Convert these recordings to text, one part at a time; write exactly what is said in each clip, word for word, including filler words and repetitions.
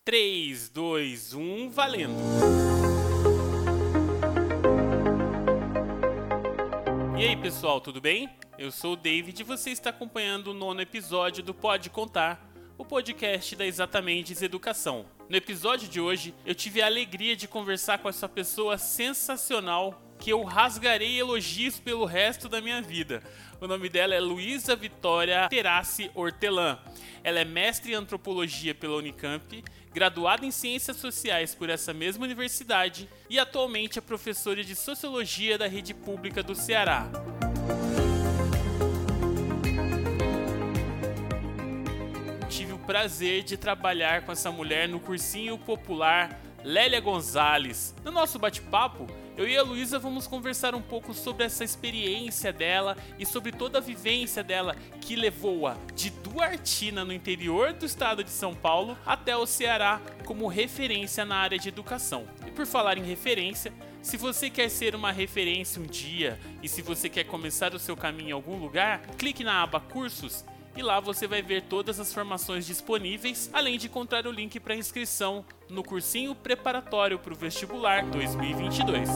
três, dois, um, valendo! E aí pessoal, tudo bem? Eu sou o David e você está acompanhando o nono episódio do Pode Contar, o podcast da Exatamente Educação. No episódio de hoje, eu tive a alegria de conversar com essa pessoa sensacional que eu rasgarei elogios pelo resto da minha vida. O nome dela é Luísa Vitória Terassi Hortelã. Ela é mestre em antropologia pela Unicamp, graduada em ciências sociais por essa mesma universidade e atualmente é professora de sociologia da rede pública do Ceará. Tive o prazer de trabalhar com essa mulher no cursinho popular Lélia Gonzalez. No nosso bate-papo, eu e a Luísa vamos conversar um pouco sobre essa experiência dela e sobre toda a vivência dela que levou-a de Duartina, no interior do estado de São Paulo, até o Ceará como referência na área de educação. E por falar em referência, se você quer ser uma referência um dia e se você quer começar o seu caminho em algum lugar, clique na aba Cursos e lá você vai ver todas as formações disponíveis, além de encontrar o link para inscrição no cursinho preparatório para o vestibular dois mil e vinte e dois.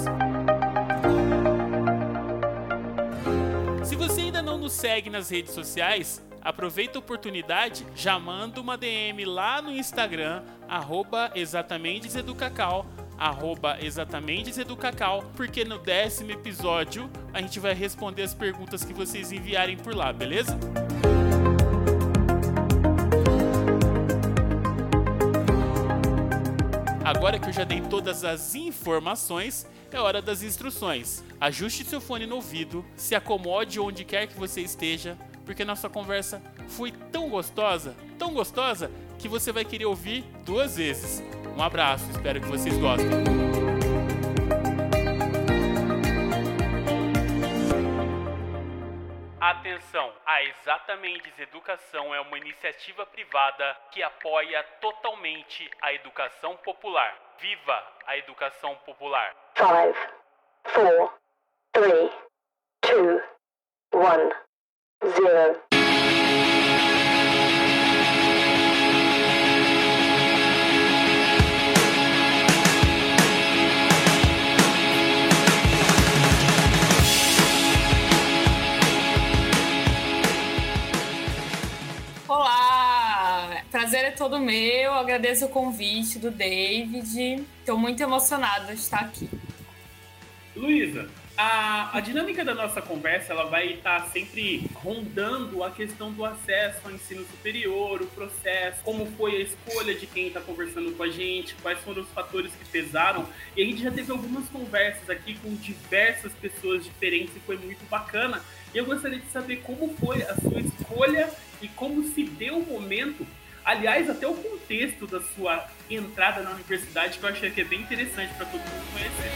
Se você ainda não nos segue nas redes sociais, aproveita a oportunidade, já manda uma D M lá no Instagram, arroba exatamentesEducacau, arroba exatamentesEducacau, porque no décimo episódio a gente vai responder as perguntas que vocês enviarem por lá, beleza? Agora que eu já dei todas as informações, é hora das instruções. Ajuste seu fone no ouvido, se acomode onde quer que você esteja, porque nossa conversa foi tão gostosa, tão gostosa, que você vai querer ouvir duas vezes. Um abraço, espero que vocês gostem. Atenção, a Exatamente Educação é uma iniciativa privada que apoia totalmente a educação popular. Viva a educação popular! Five, four, three, two, one, zero. Olá! Prazer é todo meu, agradeço o convite do David, estou muito emocionada de estar aqui. Luísa, a, a dinâmica da nossa conversa ela vai estar sempre rondando a questão do acesso ao ensino superior, o processo, como foi a escolha de quem está conversando com a gente, quais foram os fatores que pesaram. E a gente já teve algumas conversas aqui com diversas pessoas diferentes e foi muito bacana. E eu gostaria de saber como foi a sua escolha e como se deu o momento, aliás, até o contexto da sua entrada na universidade, que eu achei que é bem interessante para todo mundo conhecer.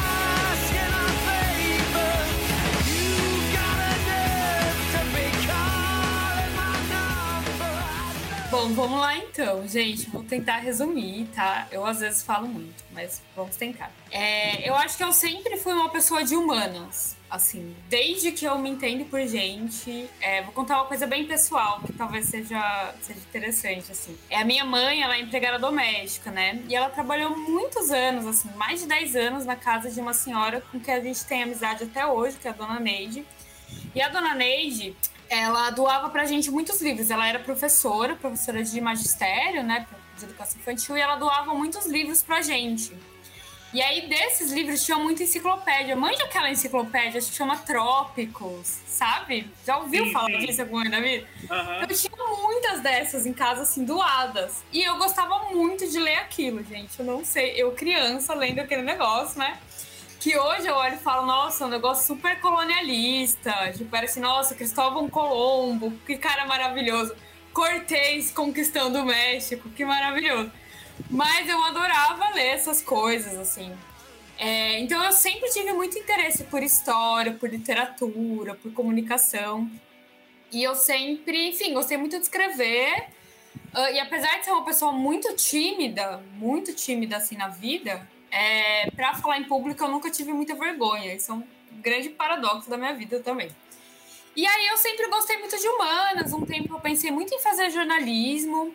Bom, vamos lá então, gente, vou tentar resumir, tá? Eu às vezes falo muito, mas vamos tentar. É, eu acho que eu sempre fui uma pessoa de humanas, assim, desde que eu me entendo por gente. É, vou contar uma coisa bem pessoal, que talvez seja, seja interessante, assim. É, a minha mãe, ela é empregada doméstica, né? E ela trabalhou muitos anos, assim, mais de dez anos na casa de uma senhora com quem a gente tem amizade até hoje, que é a dona Neide. E a dona Neide, ela doava pra gente muitos livros. Ela era professora, professora de magistério, né, de educação infantil, e ela doava muitos livros pra gente. E aí, desses livros, tinha muita enciclopédia. Manja aquela enciclopédia que chama Trópicos, sabe? Já ouviu sim, falar sim. disso alguma vez na vida? Uhum. Eu tinha muitas dessas em casa, assim, doadas. E eu gostava muito de ler aquilo, gente. Eu não sei, eu criança lendo aquele negócio, né? Que hoje eu olho e falo, nossa, um negócio super colonialista. Tipo, era assim, nossa, Cristóvão Colombo, que cara maravilhoso. Cortés conquistando o México, que maravilhoso. Mas eu adorava ler essas coisas, assim. É, então eu sempre tive muito interesse por história, por literatura, por comunicação. E eu sempre, enfim, gostei muito de escrever. Uh, e apesar de ser uma pessoa muito tímida, muito tímida, assim, na vida, é, pra falar em público eu nunca tive muita vergonha. Isso é um grande paradoxo da minha vida também. E aí eu sempre gostei muito de humanas. Um tempo eu pensei muito em fazer jornalismo.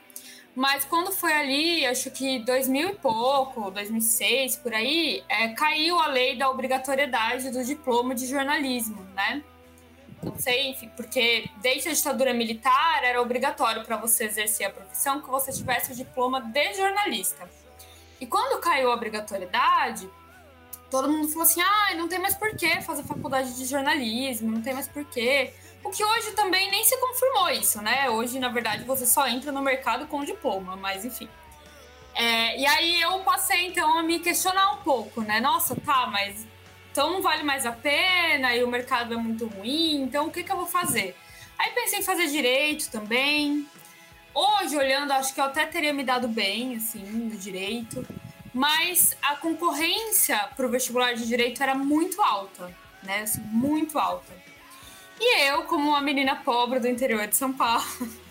Mas quando foi ali, acho que dois mil e pouco, dois mil e seis, por aí, é, caiu a lei da obrigatoriedade do diploma de jornalismo, né? Não sei, enfim, porque desde a ditadura militar era obrigatório para você exercer a profissão que você tivesse o diploma de jornalista. E quando caiu a obrigatoriedade, todo mundo falou assim, ah, não tem mais por que fazer faculdade de jornalismo, não tem mais por quê. O que hoje também nem se confirmou isso, né? Hoje, na verdade, você só entra no mercado com diploma, mas enfim. É, e aí eu passei, então, a me questionar um pouco, né? Nossa, tá, mas então não vale mais a pena e o mercado é muito ruim, então o que que eu vou fazer? Aí pensei em fazer direito também. Hoje, olhando, acho que eu até teria me dado bem, assim, no direito. Mas a concorrência para o vestibular de direito era muito alta, né? Assim, muito alta. E eu, como uma menina pobre do interior de São Paulo,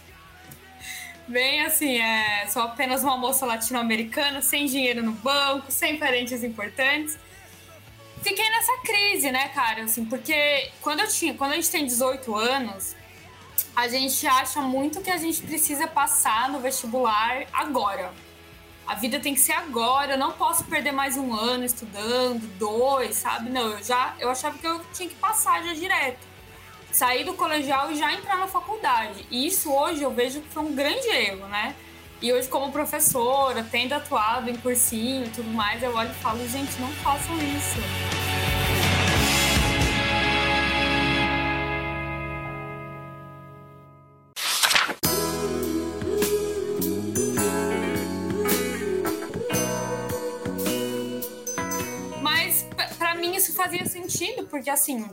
bem assim, é, sou apenas uma moça latino-americana, sem dinheiro no banco, sem parentes importantes, fiquei nessa crise, né, cara? Assim, porque quando, eu tinha, quando a gente tem dezoito anos, a gente acha muito que a gente precisa passar no vestibular agora. A vida tem que ser agora, eu não posso perder mais um ano estudando, dois, sabe? Não, eu já eu achava que eu tinha que passar já direto. Sair do colegial e já entrar na faculdade. E isso hoje eu vejo que foi um grande erro, né? E hoje, como professora, tendo atuado em cursinho e tudo mais, eu olho e falo, gente, não façam isso. Mas, pra mim, isso fazia sentido, porque, assim,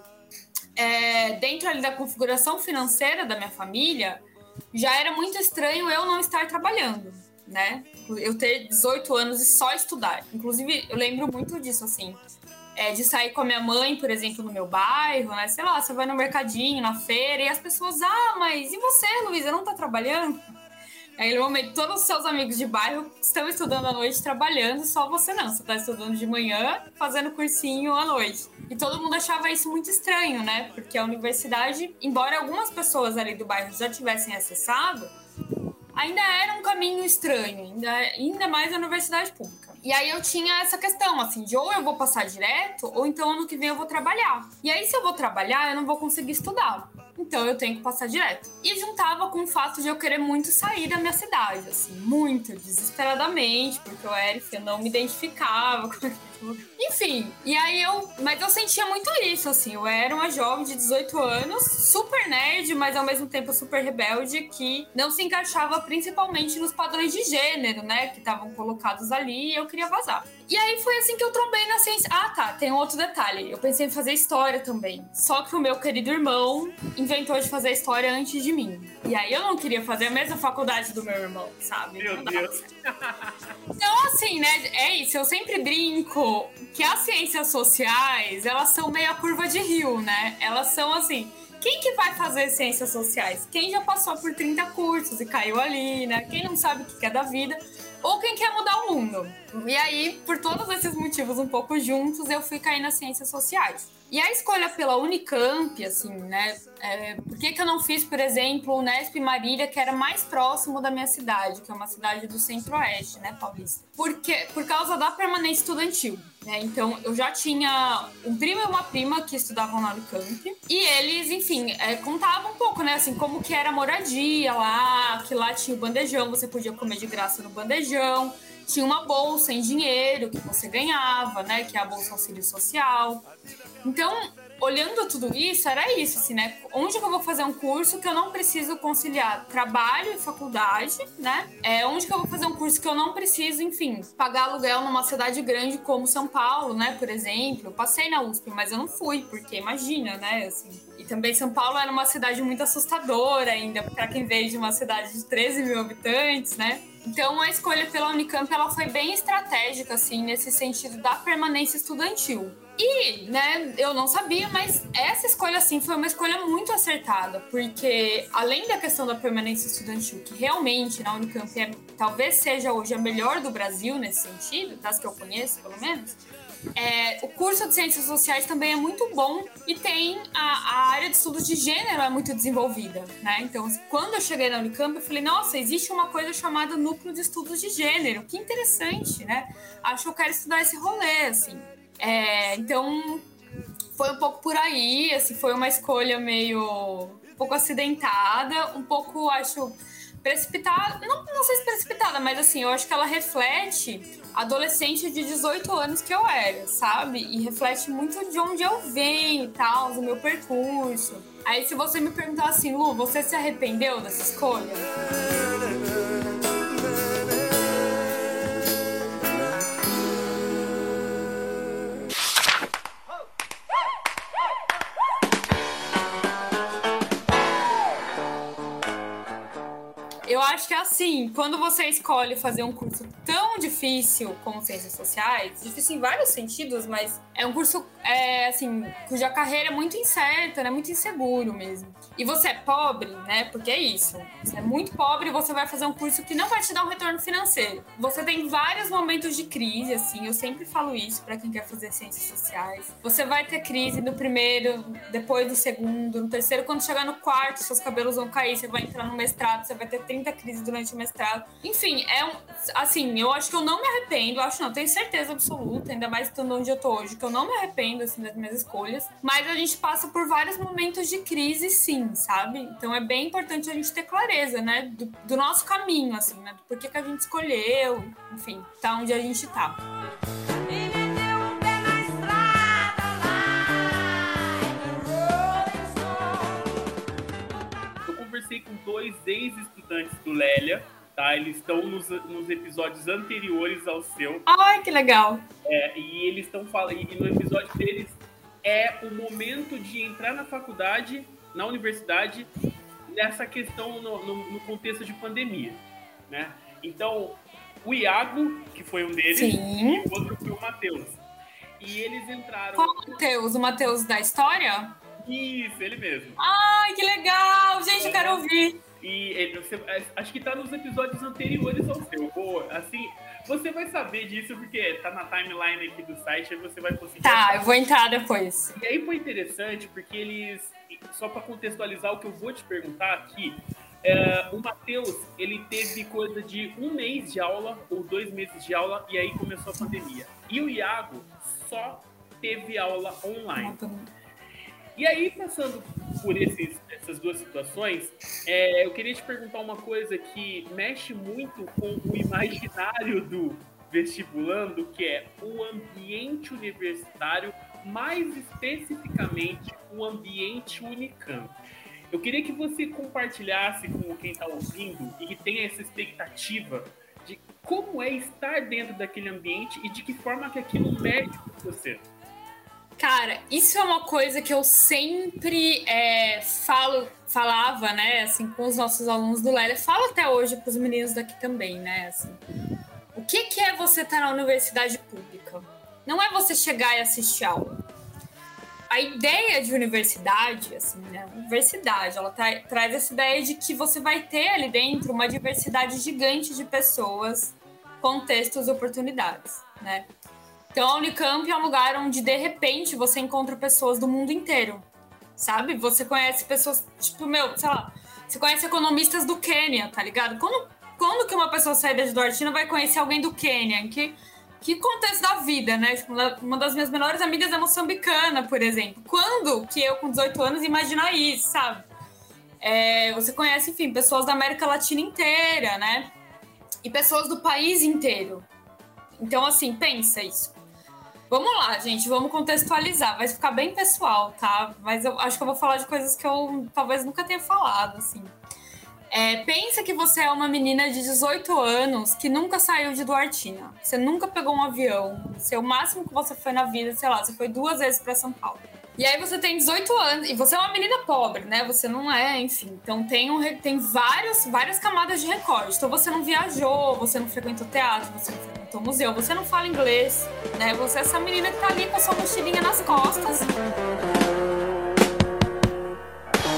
é, dentro ali da configuração financeira da minha família, já era muito estranho eu não estar trabalhando, né? Eu ter dezoito anos e só estudar. Inclusive, eu lembro muito disso, assim, é, de sair com a minha mãe, por exemplo, no meu bairro, né? Sei lá, você vai no mercadinho, na feira, e as pessoas, ah, mas e você, Luísa, não tá trabalhando? Aí, normalmente, todos os seus amigos de bairro estão estudando à noite, trabalhando, só você não. Você tá estudando de manhã, fazendo cursinho à noite. E todo mundo achava isso muito estranho, né? Porque a universidade, embora algumas pessoas ali do bairro já tivessem acessado, ainda era um caminho estranho, ainda, ainda mais a universidade pública. E aí eu tinha essa questão, assim, de ou eu vou passar direto, ou então ano que vem eu vou trabalhar. E aí, se eu vou trabalhar, eu não vou conseguir estudar. Então eu tenho que passar direto. E juntava com o fato de eu querer muito sair da minha cidade, assim, muito, desesperadamente, porque eu era, enfim, eu não me identificava com aquilo. Enfim, e aí eu... Mas eu sentia muito isso, assim, eu era uma jovem de dezoito anos, super nerd, mas ao mesmo tempo super rebelde, que não se encaixava principalmente nos padrões de gênero, né, que estavam colocados ali, e eu queria vazar. E aí foi assim que eu trombei na ciência. Ah, tá, tem um outro detalhe. Eu pensei em fazer história também. Só que o meu querido irmão inventou de fazer história antes de mim. E aí eu não queria fazer a mesma faculdade do meu irmão, sabe? Meu Deus. Então, assim, né, é isso. Eu sempre brinco que as ciências sociais, elas são meio a curva de rio, né? Elas são assim... Quem que vai fazer ciências sociais? Quem já passou por trinta cursos e caiu ali, né? Quem não sabe o que é da vida... Ou quem quer mudar o mundo. E aí, por todos esses motivos um pouco juntos, eu fui cair nas ciências sociais. E a escolha pela Unicamp, assim, né? É, por que que eu não fiz, por exemplo, o Unesp Marília, que era mais próximo da minha cidade, que é uma cidade do Centro-Oeste, né, paulista? Porque, por causa da permanência estudantil, né? Então, eu já tinha um primo e uma prima que estudavam na Unicamp. E eles, enfim, é, contavam um pouco, né? Assim, como que era a moradia lá, que lá tinha o bandejão, você podia comer de graça no bandejão. Tinha uma bolsa em dinheiro que você ganhava, né? Que é a Bolsa Auxílio Social. Então, olhando tudo isso, era isso, assim, né? Onde que eu vou fazer um curso que eu não preciso conciliar trabalho e faculdade, né? É, onde que eu vou fazer um curso que eu não preciso, enfim, pagar aluguel numa cidade grande como São Paulo, né? Por exemplo, eu passei na U S P, mas eu não fui, porque imagina, né? Assim, e também São Paulo era uma cidade muito assustadora ainda, para quem veio de uma cidade de treze mil habitantes, né? Então, a escolha pela Unicamp, ela foi bem estratégica, assim, nesse sentido da permanência estudantil. E, né, eu não sabia, mas essa escolha, assim, foi uma escolha muito acertada, porque além da questão da permanência estudantil, que realmente na Unicamp é, talvez seja hoje a melhor do Brasil nesse sentido, das que eu conheço, pelo menos, É, o curso de Ciências Sociais também é muito bom e tem a, a área de estudos de gênero é muito desenvolvida, né? Então, quando eu cheguei na Unicamp, eu falei, nossa, existe uma coisa chamada Núcleo de Estudos de Gênero, que interessante, né? Acho que eu quero estudar esse rolê, assim. É, então, foi um pouco por aí, assim, foi uma escolha meio... um pouco acidentada, um pouco, acho... precipitada, não, não sei se precipitada, mas assim, eu acho que ela reflete a adolescente de dezoito anos que eu era, sabe? E reflete muito de onde eu venho e tal, do meu percurso. Aí se você me perguntar assim, Lu, você se arrependeu dessa escolha? Eu acho que é assim, quando você escolhe fazer um curso tão difícil como Ciências Sociais, difícil em vários sentidos, mas é um curso, é, assim, cuja carreira é muito incerta, né? Muito inseguro mesmo. E você é pobre, né? Porque é isso. Você é muito pobre e você vai fazer um curso que não vai te dar um retorno financeiro. Você tem vários momentos de crise, assim, eu sempre falo isso pra quem quer fazer Ciências Sociais. Você vai ter crise no primeiro, depois do segundo, no terceiro, quando chegar no quarto, seus cabelos vão cair, você vai entrar no mestrado, você vai ter trinta crises durante o mestrado. Enfim, é um... assim, eu acho que eu não me arrependo, acho não, tenho certeza absoluta, ainda mais estando onde eu tô hoje, que eu não me arrependo, assim, das minhas escolhas, mas a gente passa por vários momentos de crise, sim, sabe? Então é bem importante a gente ter clareza, né, do, do nosso caminho, assim, né, do porquê que a gente escolheu, enfim, tá onde a gente tá. Conversei com dois ex-estudantes do Lélia, tá? Eles estão nos, nos episódios anteriores ao seu. Ai, que legal! É, e eles estão falando, e no episódio deles é o momento de entrar na faculdade, na universidade, nessa questão no, no, no contexto de pandemia, né? Então, o Iago, que foi um deles, Sim. E o outro foi o Matheus. E eles entraram... Qual o Matheus? O Matheus da história? Isso, ele mesmo. Ai, que legal! Gente, eu quero ouvir. E ele, você, acho que tá nos episódios anteriores ao seu. Pô, assim, você vai saber disso porque tá na timeline aqui do site, aí você vai conseguir... Tá, eu vou entrar depois. E aí foi interessante porque eles... Só pra contextualizar o que eu vou te perguntar aqui, é, o Matheus, ele teve coisa de um mês de aula ou dois meses de aula e aí começou a pandemia. E o Iago só teve aula online. E aí, passando por esses, essas duas situações, é, eu queria te perguntar uma coisa que mexe muito com o imaginário do vestibulando, que é o ambiente universitário, mais especificamente o ambiente Unicamp. Eu queria que você compartilhasse com quem está ouvindo e que tenha essa expectativa de como é estar dentro daquele ambiente e de que forma que aquilo mexe com você. Cara, isso é uma coisa que eu sempre é, falo, falava, né, assim, com os nossos alunos do Lélia, falo até hoje para os meninos daqui também, né, assim. O que, que é você estar na universidade pública? Não é você chegar e assistir aula. A ideia de universidade, assim, né, universidade, ela tra- traz essa ideia de que você vai ter ali dentro uma diversidade gigante de pessoas, contextos e oportunidades, né. Então, a Unicamp é um lugar onde, de repente, você encontra pessoas do mundo inteiro, sabe? Você conhece pessoas, tipo, meu, sei lá, você conhece economistas do Quênia, tá ligado? Quando, quando que uma pessoa sai da Duartina vai conhecer alguém do Quênia? Em que, que contexto da vida, né? Tipo, uma das minhas melhores amigas é moçambicana, por exemplo. Quando que eu, com dezoito anos, imaginar isso, sabe? É, você conhece, enfim, pessoas da América Latina inteira, né? E pessoas do país inteiro. Então, assim, pensa isso. Vamos lá, gente, vamos contextualizar. Vai ficar bem pessoal, tá? Mas eu acho que eu vou falar de coisas que eu talvez nunca tenha falado, assim. É, pensa que você é uma menina de dezoito anos que nunca saiu de Duartina. Você nunca pegou um avião. Seu máximo que você foi na vida, sei lá, você foi duas vezes pra São Paulo. E aí você tem dezoito anos, e você é uma menina pobre, né? Você não é, enfim. Então tem, um, tem vários, várias camadas de recorte. Então você não viajou, você não frequentou teatro, você não frequentou museu, você não fala inglês, né? Você é essa menina que tá ali com a sua mochilinha nas costas.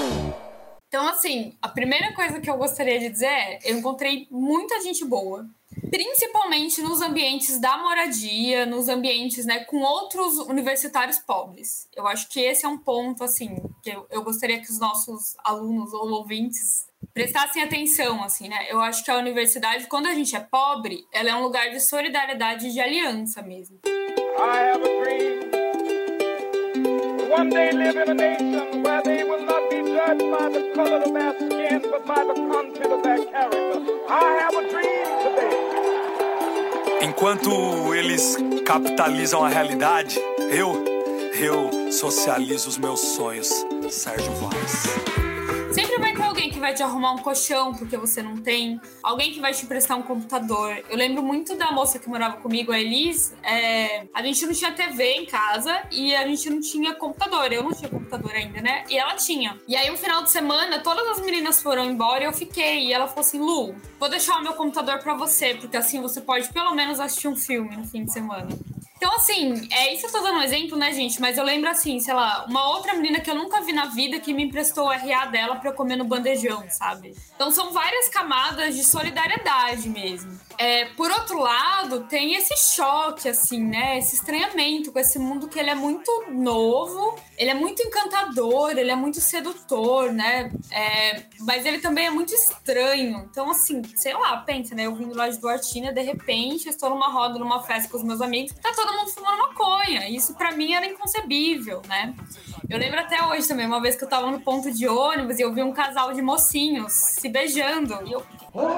Então, assim, a primeira coisa que eu gostaria de dizer é, eu encontrei muita gente boa, Principalmente nos ambientes da moradia, nos ambientes, né, com outros universitários pobres. Eu acho que esse é um ponto, assim, que eu, eu gostaria que os nossos alunos ou ouvintes prestassem atenção, assim, né? Eu acho que a universidade, quando a gente é pobre, ela é um lugar de solidariedade e de aliança mesmo. I have a dream. One day live in a nation where they will not be judged by the color of their skin, but by the content of their character. I have a dream today. Enquanto eles capitalizam a realidade, eu, eu socializo os meus sonhos. Sérgio Vaz. Sempre vai ter alguém que vai te arrumar um colchão porque você não tem. Alguém que vai te emprestar um computador. Eu lembro muito da moça que morava comigo, a Elis. É... A gente não tinha T V em casa e a gente não tinha computador. Eu não tinha computador ainda, né? E ela tinha. E aí, um final de semana, todas as meninas foram embora e eu fiquei. E ela falou assim, Lu, vou deixar o meu computador pra você, porque assim você pode pelo menos assistir um filme no fim de semana. Então, assim, é isso eu tô dando um exemplo, né, gente? Mas eu lembro, assim, sei lá, uma outra menina que eu nunca vi na vida que me emprestou o R A dela pra eu comer no bandejão, sabe? Então, são várias camadas de solidariedade mesmo. É, por outro lado, tem esse choque, assim, né? Esse estranhamento com esse mundo que ele é muito novo, ele é muito encantador, ele é muito sedutor, né? É, mas ele também é muito estranho. Então, assim, sei lá, pensa, né? Eu vindo lá de Duartina, de repente, estou numa roda, numa festa com os meus amigos, tá todo mundo fumando maconha. Isso pra mim era inconcebível, né? Eu lembro até hoje também, uma vez que eu tava no ponto de ônibus e eu vi um casal de mocinhos se beijando. E eu...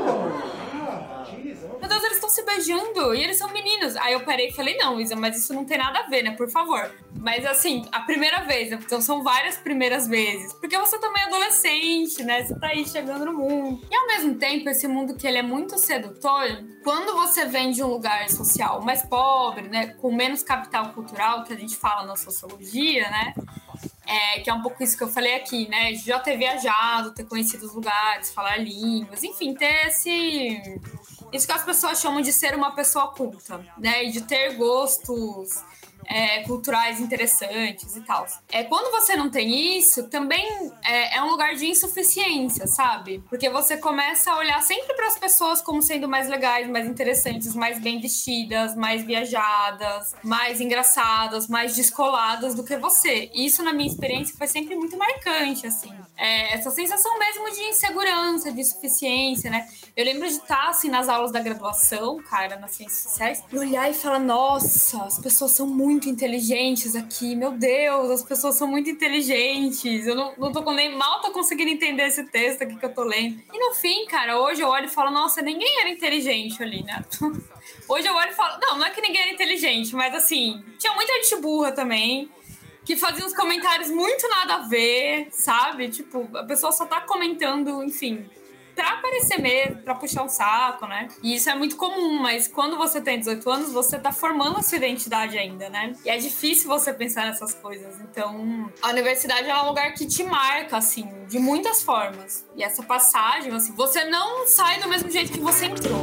Meu Deus, eles estão se beijando e eles são meninos. Aí eu parei e falei, não, Isa, mas isso não tem nada a ver, né? Por favor. Mas assim, a primeira vez, né? Então são várias primeiras vezes. Porque você também é adolescente, né? Você tá aí chegando no mundo. E ao mesmo tempo, esse mundo que ele é muito sedutor, quando você vem de um lugar social mais pobre, né? Com menos capital cultural, que a gente fala na sociologia, né? É, que é um pouco isso que eu falei aqui, né? De já ter viajado, ter conhecido os lugares, falar línguas, enfim, ter esse... Isso que as pessoas chamam de ser uma pessoa culta, né? E de ter gostos é, culturais interessantes e tal. É, quando você não tem isso, também é, é um lugar de insuficiência, sabe? Porque você começa a olhar sempre para as pessoas como sendo mais legais, mais interessantes, mais bem vestidas, mais viajadas, mais engraçadas, mais descoladas do que você. E isso, na minha experiência, foi sempre muito marcante, assim. É, essa sensação mesmo de insegurança, de insuficiência, né? Eu lembro de estar, assim, nas aulas da graduação, cara, nas ciências sociais, e olhar e falar, nossa, as pessoas são muito inteligentes aqui, meu Deus, as pessoas são muito inteligentes, eu não, não tô nem mal tô conseguindo entender esse texto aqui que eu tô lendo. E no fim, cara, hoje eu olho e falo, nossa, ninguém era inteligente ali, né? Hoje eu olho e falo, não, não é que ninguém era inteligente, mas assim, tinha muita gente burra também, que fazia uns comentários muito nada a ver, sabe? Tipo, a pessoa só tá comentando, enfim, pra aparecer mesmo, pra puxar um saco, né? E isso é muito comum, mas quando você tem dezoito anos, você tá formando a sua identidade ainda, né? E é difícil você pensar nessas coisas. Então, a universidade é um lugar que te marca, assim, de muitas formas. E essa passagem, assim, você não sai do mesmo jeito que você entrou.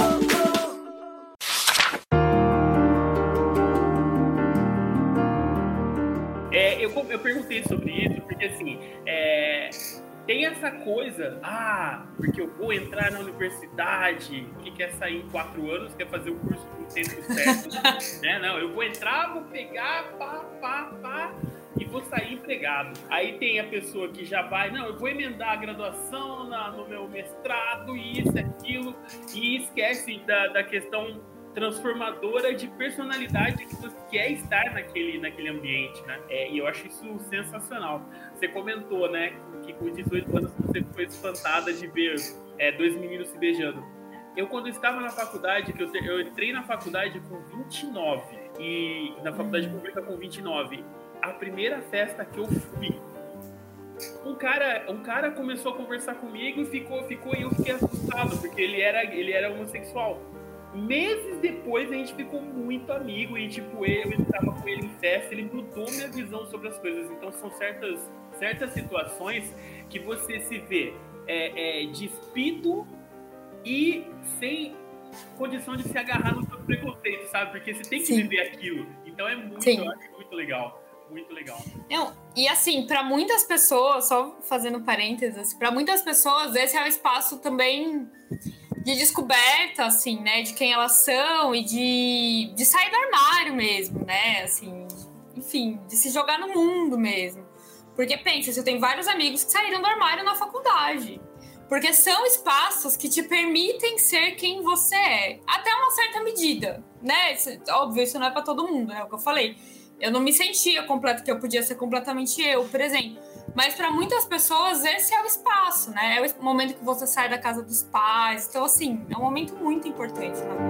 É, eu, eu perguntei sobre isso, porque assim, é, tem essa coisa, ah, porque eu vou entrar na universidade, que quer sair em quatro anos, quer fazer o curso no tempo certo, né? Não, eu vou entrar, vou pegar, pá, pá, pá, e vou sair empregado. Aí tem a pessoa que já vai, não, eu vou emendar a graduação na, no meu mestrado, e isso, aquilo, e esquece da, da questão transformadora de personalidade que você quer estar naquele, naquele ambiente, né? É, e eu acho isso sensacional. Você comentou, né, que com dezoito anos você foi espantada de ver é, dois meninos se beijando. Eu, quando estava na faculdade, que eu, te, eu entrei na faculdade com vinte e nove, e na faculdade pública com vinte e nove, a primeira festa que eu fui, um cara, um cara começou a conversar comigo e ficou, ficou e eu fiquei assustado, porque ele era, ele era homossexual. Meses depois a gente ficou muito amigo e tipo, eu estava com ele em festa, ele mudou minha visão sobre as coisas. Então são certas, certas situações que você se vê é, é, despido e sem condição de se agarrar no seu preconceito, sabe? Porque você tem que Sim. viver aquilo. Então é muito, eu acho muito legal. Muito legal. Não, e assim, para muitas pessoas, só fazendo parênteses, para muitas pessoas esse é o espaço também de descoberta, assim, né? De quem elas são e de, de sair do armário mesmo, né? Assim, enfim, de se jogar no mundo mesmo. Porque pensa, eu tenho vários amigos que saíram do armário na faculdade. Porque são espaços que te permitem ser quem você é. Até uma certa medida, né? Isso, óbvio, isso não é pra todo mundo, é o que eu falei. Eu não me sentia completa, que eu podia ser completamente eu, por exemplo. Mas para muitas pessoas, esse é o espaço, né? É o momento que você sai da casa dos pais. Então, assim, é um momento muito importante, né?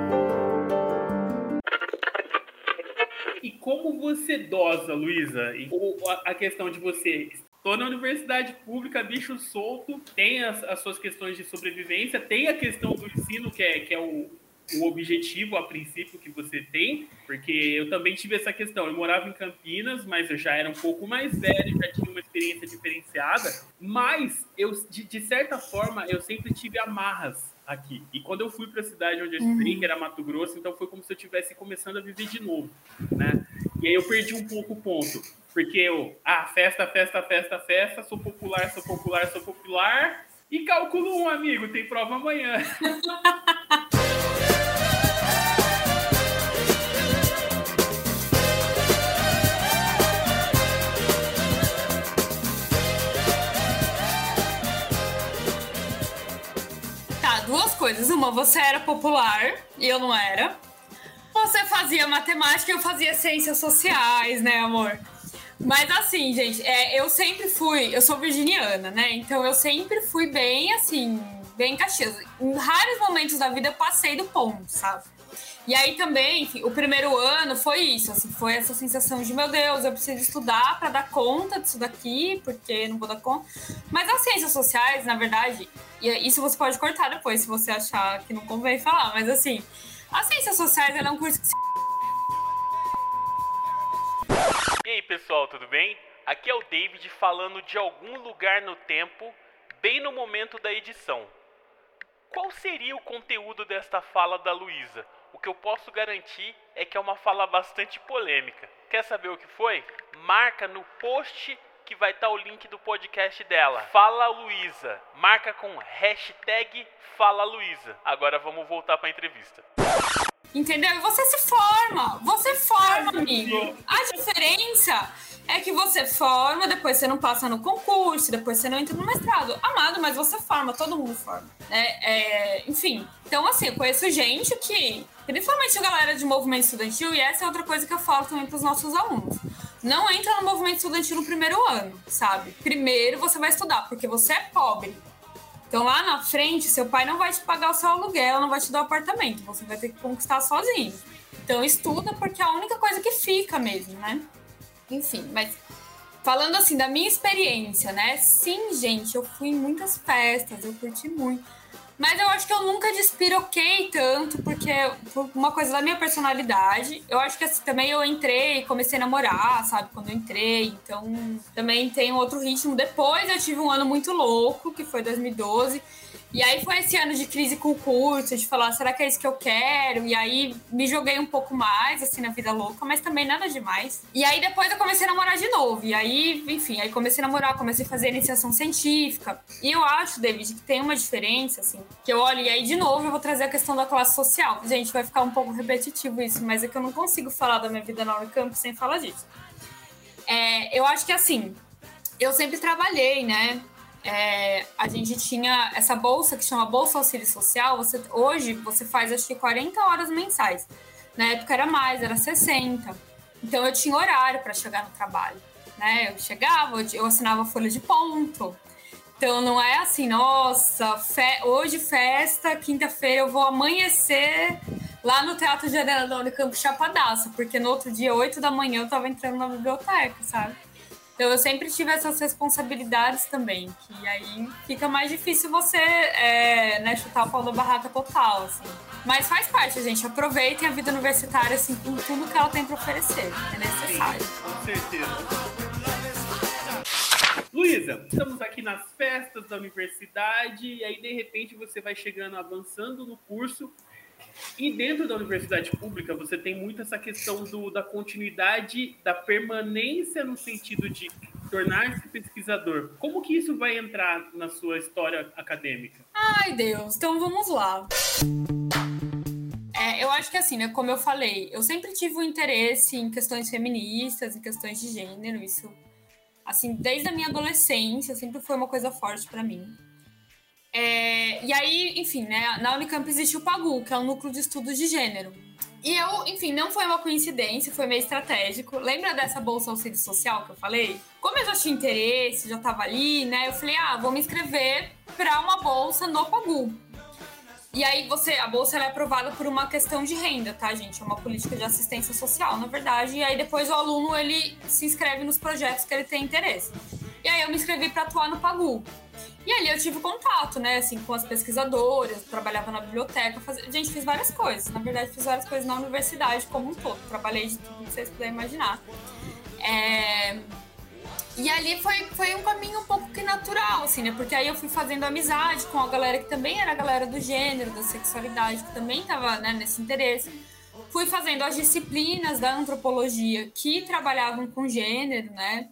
E como você dosa, Luísa? Ou a questão de você... Estou na universidade pública, bicho solto, tem as, as suas questões de sobrevivência, tem a questão do ensino, que é, que é o, o objetivo, a princípio, que você tem, porque eu também tive essa questão. Eu morava em Campinas, mas eu já era um pouco mais velho, já tinha uma experiência diferenciada, mas, eu, de, de certa forma, eu sempre tive amarras aqui. E quando eu fui para a cidade onde eu estudei, que era Mato Grosso, então foi como se eu estivesse começando a viver de novo, né? E aí eu perdi um pouco o ponto. Porque eu, ah, festa, festa, festa, festa, sou popular, sou popular, sou popular. E cálculo um, amigo, tem prova amanhã. Tá, duas coisas. Uma, você era popular e eu não era. Você fazia matemática e eu fazia ciências sociais, né, amor? Mas assim, gente, é, eu sempre fui... Eu sou virginiana, né? Então eu sempre fui bem, assim, bem Caxias. Em raros momentos da vida eu passei do ponto, sabe? E aí também, enfim, o primeiro ano foi isso, assim, foi essa sensação de, meu Deus, eu preciso estudar pra dar conta disso daqui, porque não vou dar conta. Mas as ciências sociais, na verdade, e isso você pode cortar depois, se você achar que não convém falar, mas assim, as ciências sociais, ela é um curso que... E aí, pessoal, tudo bem? Aqui é o David falando de algum lugar no tempo, bem no momento da edição. Qual seria o conteúdo desta fala da Luísa? O que eu posso garantir é que é uma fala bastante polêmica. Quer saber o que foi? Marca no post que vai estar o link do podcast dela. Fala Luísa. Marca com hashtag Fala Luísa. Agora vamos voltar para a entrevista. Entendeu? E você se forma. Você forma, amigo. A diferença é que você forma, depois você não passa no concurso, depois você não entra no mestrado. Amado, mas você forma, todo mundo forma. É, é, enfim, então assim, eu conheço gente que, principalmente a galera de movimento estudantil, e essa é outra coisa que eu falo também para os nossos alunos. Não entra no movimento estudantil no primeiro ano, sabe? Primeiro você vai estudar, porque você é pobre. Então lá na frente, seu pai não vai te pagar o seu aluguel, não vai te dar o apartamento, você vai ter que conquistar sozinho. Então estuda, porque é a única coisa que fica mesmo, né? Enfim, mas falando assim da minha experiência, né? Sim, gente, eu fui em muitas festas, eu curti muito. Mas eu acho que eu nunca despiroquei tanto, porque por uma coisa da minha personalidade. Eu acho que assim, também eu entrei, comecei a namorar, sabe? Quando eu entrei, então também tem um outro ritmo. Depois eu tive um ano muito louco, que foi dois mil e doze. E aí foi esse ano de crise com o curso, de falar, será que é isso que eu quero? E aí me joguei um pouco mais, assim, na vida louca, mas também nada demais. E aí depois eu comecei a namorar de novo. E aí, enfim, aí comecei a namorar, comecei a fazer iniciação científica. E eu acho, David, que tem uma diferença, assim, que eu olho, e aí de novo eu vou trazer a questão da classe social. Gente, vai ficar um pouco repetitivo isso, mas é que eu não consigo falar da minha vida na Unicamp sem falar disso. É, eu acho que, assim, eu sempre trabalhei, né? É, a gente tinha essa bolsa que chama Bolsa Auxílio Social. Você, hoje você faz acho que quarenta horas mensais. Na época era mais, era sessenta. Então eu tinha horário para chegar no trabalho, né? Eu chegava, eu assinava folha de ponto. Então não é assim, nossa, fe- hoje festa, quinta-feira eu vou amanhecer lá no Teatro de Arena da Unicamp chapadaço, porque no outro dia, oito da manhã, eu tava entrando na biblioteca, sabe? Então eu sempre tive essas responsabilidades também, que aí fica mais difícil você é, né, chutar o pau da barraca total, assim. Mas faz parte, gente. Aproveitem a vida universitária, assim, com tudo que ela tem para oferecer. É necessário. Sim, com certeza. Luísa, estamos aqui nas festas da universidade e aí, de repente, você vai chegando, avançando no curso. E dentro da universidade pública, você tem muito essa questão do, da continuidade, da permanência no sentido de tornar-se pesquisador. Como que isso vai entrar na sua história acadêmica? Ai, Deus, então vamos lá. É, eu acho que assim, né, como eu falei, eu sempre tive um interesse em questões feministas, em questões de gênero, isso, assim, desde a minha adolescência, sempre foi uma coisa forte para mim. É, e aí, enfim, né, na Unicamp existe o PAGU, que é o Núcleo de Estudos de Gênero. E eu, enfim, não foi uma coincidência, foi meio estratégico. Lembra dessa bolsa auxílio social que eu falei? Como eu já tinha interesse, já tava ali, né, eu falei, ah, vou me inscrever para uma bolsa no PAGU. E aí você, a bolsa ela é aprovada por uma questão de renda, tá, gente? É uma política de assistência social, na verdade. E aí depois o aluno, ele se inscreve nos projetos que ele tem interesse. E aí eu me inscrevi para atuar no PAGU. E ali eu tive contato, né, assim, com as pesquisadoras, trabalhava na biblioteca, faz... gente, fiz várias coisas. Na verdade, fiz várias coisas na universidade como um todo. Trabalhei de tudo que vocês puderem imaginar. É... E ali foi, foi um caminho um pouco que natural, assim, né? Porque aí eu fui fazendo amizade com a galera que também era a galera do gênero, da sexualidade, que também estava, né, nesse interesse. Fui fazendo as disciplinas da antropologia que trabalhavam com gênero, né?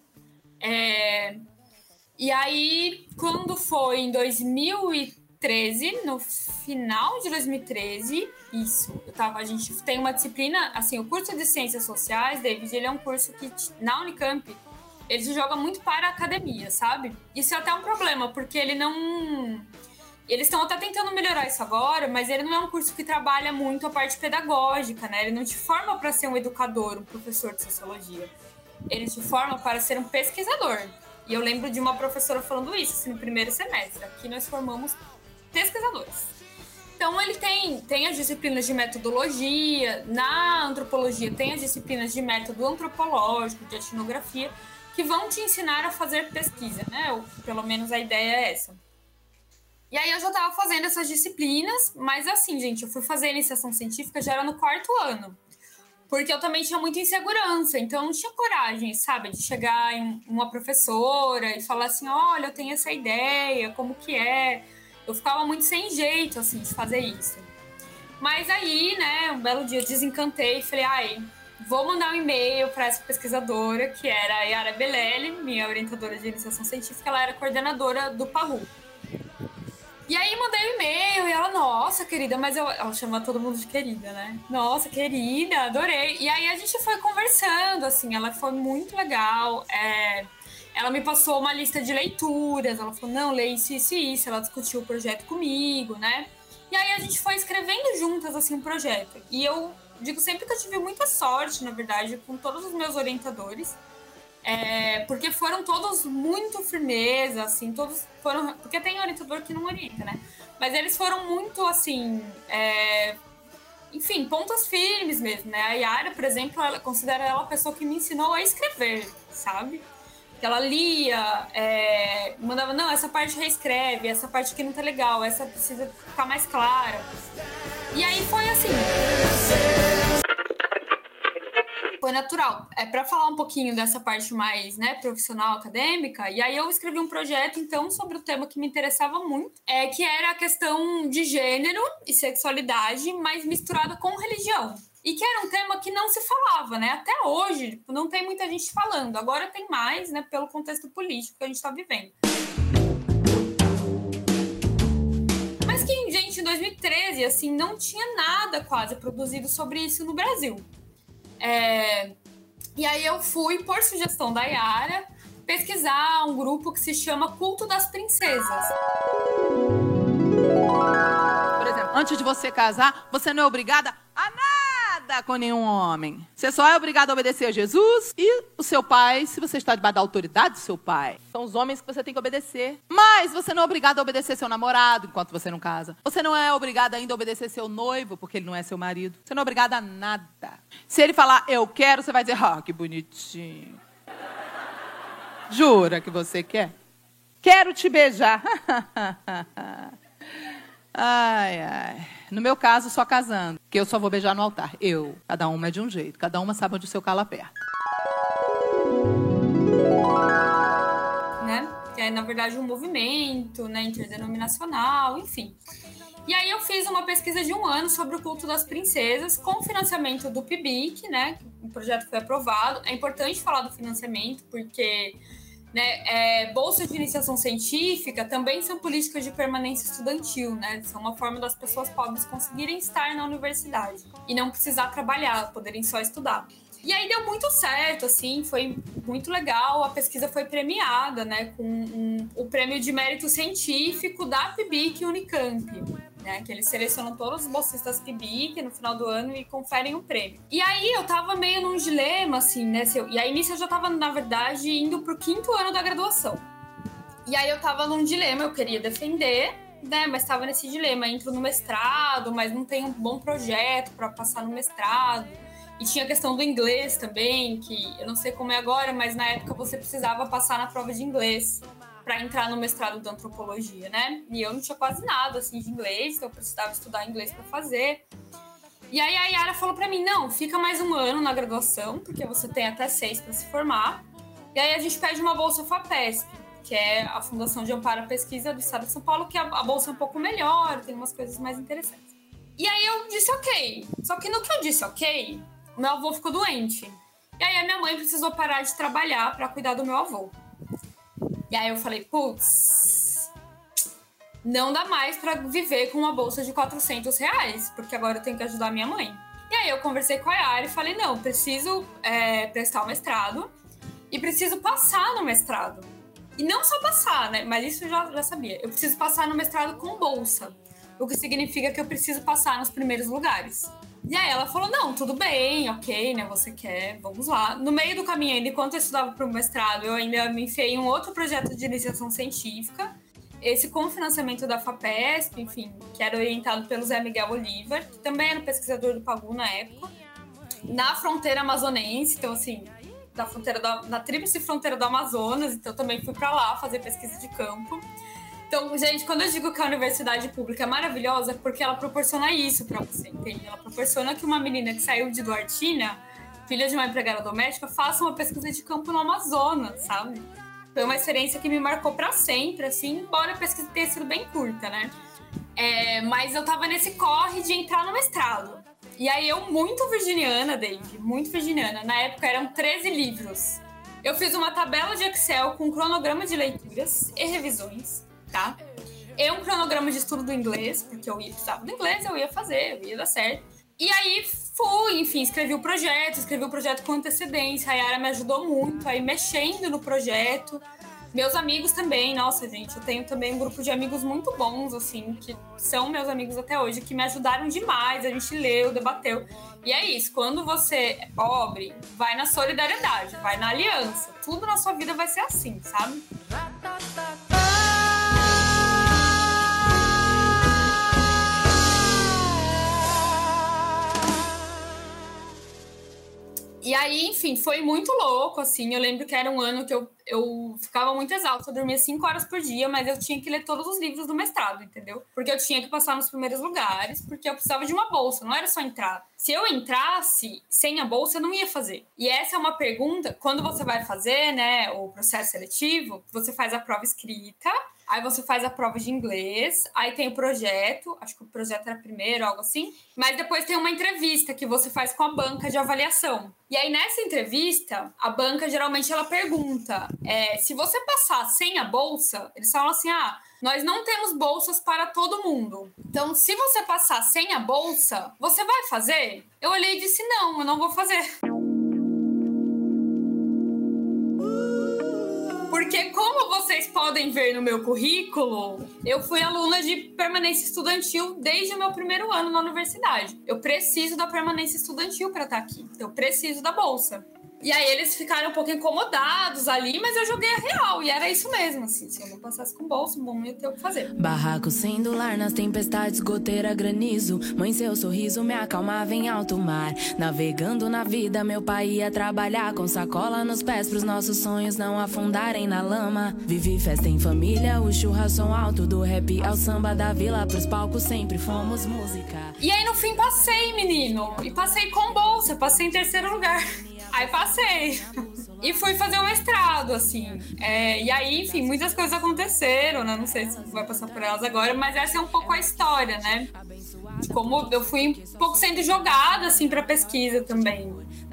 É... E aí, quando foi em dois mil e treze, no final de dois mil e treze, isso, eu tava, a gente tem uma disciplina, assim, o curso de Ciências Sociais, David, ele é um curso que, na Unicamp, ele se joga muito para a academia, sabe? Isso é até um problema, porque ele não... Eles estão até tentando melhorar isso agora, mas ele não é um curso que trabalha muito a parte pedagógica, né? Ele não te forma para ser um educador, um professor de sociologia. Ele te forma para ser um pesquisador. E eu lembro de uma professora falando isso, assim, no primeiro semestre. Aqui nós formamos pesquisadores. Então, ele tem, tem as disciplinas de metodologia, na antropologia tem as disciplinas de método antropológico, de etnografia, que vão te ensinar a fazer pesquisa, né? Ou, pelo menos a ideia é essa. E aí eu já estava fazendo essas disciplinas, mas assim, gente, eu fui fazer a iniciação científica já era no quarto ano. Porque eu também tinha muita insegurança, então eu não tinha coragem, sabe? De chegar em uma professora e falar assim, olha, eu tenho essa ideia, como que é? Eu ficava muito sem jeito, assim, de fazer isso. Mas aí, né, um belo dia eu desencantei e falei, ai, vou mandar um e-mail para essa pesquisadora, que era a Yara Belelli, minha orientadora de iniciação científica, ela era coordenadora do PAGU. E aí mandei um e-mail e ela, nossa, querida, mas eu... Ela chama todo mundo de querida, né? Nossa, querida, adorei. E aí a gente foi conversando, assim, ela foi muito legal. É... Ela me passou uma lista de leituras, ela falou, não, lê isso, isso e isso. Ela discutiu o projeto comigo, né? E aí a gente foi escrevendo juntas, assim, um projeto. E eu digo sempre que eu tive muita sorte, na verdade, com todos os meus orientadores. É, porque foram todos muito firmeza, assim, todos foram... Porque tem orientador que não orienta, né? Mas eles foram muito, assim... É, enfim, pontos firmes mesmo, né? A Yara, por exemplo, ela considera ela a pessoa que me ensinou a escrever, sabe? Que ela lia, é, mandava, não, essa parte reescreve, essa parte aqui não tá legal, essa precisa ficar mais clara. E aí foi assim... Foi natural. É para falar um pouquinho dessa parte mais, né, profissional, acadêmica. E aí eu escrevi um projeto, então, sobre o tema que me interessava muito, é, que era a questão de gênero e sexualidade, mas misturada com religião. E que era um tema que não se falava, né? Até hoje, não tem muita gente falando. Agora tem mais, né, pelo contexto político que a gente está vivendo. Mas que, gente, em dois mil e treze, assim, não tinha nada quase produzido sobre isso no Brasil. É... E aí eu fui, por sugestão da Yara, pesquisar um grupo que se chama Culto das Princesas. Por exemplo, antes de você casar, você não é obrigada a nada com nenhum homem. Você só é obrigada a obedecer a Jesus e o seu pai, se você está debaixo da autoridade do seu pai. São os homens que você tem que obedecer. Mas você não é obrigada a obedecer seu namorado enquanto você não casa. Você não é obrigada ainda a obedecer seu noivo, porque ele não é seu marido. Você não é obrigada a nada. Se ele falar, eu quero, você vai dizer, ah, que bonitinho. Jura que você quer? Quero te beijar. Ai, ai. No meu caso, só casando. Porque eu só vou beijar no altar. Eu. Cada uma é de um jeito. Cada uma sabe onde o seu calo aperta. Né? Que é, na verdade, um movimento, né, interdenominacional, enfim. E aí eu fiz uma pesquisa de um ano sobre o culto das princesas com financiamento do P I B I C, né? O projeto foi aprovado. É importante falar do financiamento, porque né, é, bolsa de iniciação científica também são políticas de permanência estudantil, né? São uma forma das pessoas pobres conseguirem estar na universidade e não precisar trabalhar, poderem só estudar. E aí deu muito certo, assim, foi muito legal. A pesquisa foi premiada, né, com um, o prêmio de mérito científico da P I B I C e Unicamp, né, que eles selecionam todos os bolsistas P I B I C no final do ano e conferem o prêmio. E aí eu tava meio num dilema, assim, né, se eu, e aí nisso eu já tava, na verdade, indo pro quinto ano da graduação. E aí eu tava num dilema, eu queria defender, né, mas tava nesse dilema, entro no mestrado, mas não tenho um bom projeto para passar no mestrado. E tinha a questão do inglês também, que eu não sei como é agora, mas na época você precisava passar na prova de inglês para entrar no mestrado de antropologia, né? E eu não tinha quase nada, assim, de inglês, então eu precisava estudar inglês para fazer. E aí a Yara falou para mim, não, fica mais um ano na graduação, porque você tem até seis para se formar. E aí a gente pede uma bolsa FAPESP, que é a Fundação de Amparo à Pesquisa do Estado de São Paulo, que a, a bolsa é um pouco melhor, tem umas coisas mais interessantes. E aí eu disse ok. Só que no que eu disse ok, meu avô ficou doente. E aí a minha mãe precisou parar de trabalhar para cuidar do meu avô. E aí eu falei, putz, não dá mais para viver com uma bolsa de quatrocentos reais, porque agora eu tenho que ajudar a minha mãe. E aí eu conversei com a Yara e falei, não, preciso é, prestar o mestrado e preciso passar no mestrado. E não só passar, né? Mas isso eu já, já sabia. Eu preciso passar no mestrado com bolsa, o que significa que eu preciso passar nos primeiros lugares. E aí ela falou, não, tudo bem, ok, né, você quer, vamos lá. No meio do caminho ainda, enquanto eu estudava para o mestrado, eu ainda me enfiei em um outro projeto de iniciação científica, esse com financiamento da FAPESP, enfim, que era orientado pelo Zé Miguel Oliver, que também era pesquisador do Pagu na época, na fronteira amazonense, então assim, na, fronteira da, na tríplice fronteira do Amazonas, então também fui para lá fazer pesquisa de campo. Então, gente, quando eu digo que a universidade pública é maravilhosa, é porque ela proporciona isso pra você, entende? Ela proporciona que uma menina que saiu de Duartina, filha de uma empregada doméstica, faça uma pesquisa de campo no Amazonas, sabe? Foi uma experiência que me marcou pra sempre, assim, embora a pesquisa tenha sido bem curta, né? É, mas eu tava nesse corre de entrar no mestrado. E aí eu, muito virginiana, Dave, muito virginiana. Na época eram treze livros. Eu fiz uma tabela de Excel com cronograma de leituras e revisões, tá? E um cronograma de estudo do inglês, porque eu ia precisar do inglês, eu ia fazer, eu ia dar certo. E aí fui, enfim, escrevi o projeto, escrevi o projeto com antecedência, a Yara me ajudou muito, aí mexendo no projeto. Meus amigos também, nossa, gente, eu tenho também um grupo de amigos muito bons, assim, que são meus amigos até hoje, que me ajudaram demais, a gente leu, debateu. E é isso, quando você é pobre, vai na solidariedade, vai na aliança. Tudo na sua vida vai ser assim, sabe? E aí, enfim, foi muito louco, assim, eu lembro que era um ano que eu, eu ficava muito exausta, eu dormia cinco horas por dia, mas eu tinha que ler todos os livros do mestrado, entendeu? Porque eu tinha que passar nos primeiros lugares, porque eu precisava de uma bolsa, não era só entrar. Se eu entrasse sem a bolsa, eu não ia fazer. E essa é uma pergunta, quando você vai fazer, né, o processo seletivo, você faz a prova escrita, aí você faz a prova de inglês, aí tem o projeto, acho que o projeto era primeiro, algo assim, mas depois tem uma entrevista que você faz com a banca de avaliação. E aí nessa entrevista, a banca geralmente ela pergunta, é, se você passar sem a bolsa, eles falam assim, ah, nós não temos bolsas para todo mundo. Então, se você passar sem a bolsa, você vai fazer? Eu olhei e disse, não, eu não vou fazer. Porque, como vocês podem ver no meu currículo, eu fui aluna de permanência estudantil desde o meu primeiro ano na universidade. Eu preciso da permanência estudantil para estar aqui. Eu preciso da bolsa. E aí eles ficaram um pouco incomodados ali, mas eu joguei a real. E era isso mesmo, assim. Se eu não passasse com bolsa, bom, eu ia ter o que fazer. Barraco sendo lar nas tempestades, goteira, granizo. Mãe, seu sorriso me acalmava em alto mar. Navegando na vida, meu pai ia trabalhar com sacola nos pés pros nossos sonhos não afundarem na lama. Vivi festa em família, o churrasco alto do rap ao samba da vila. Pros palcos sempre fomos música. E aí no fim passei, menino. E passei com bolsa, passei em terceiro lugar. Aí passei. E fui fazer o mestrado, assim. É, e aí, enfim, muitas coisas aconteceram, né? Não sei se vai passar por elas agora, mas essa é um pouco a história, né? De como eu fui um pouco sendo jogada, assim, pra pesquisa também.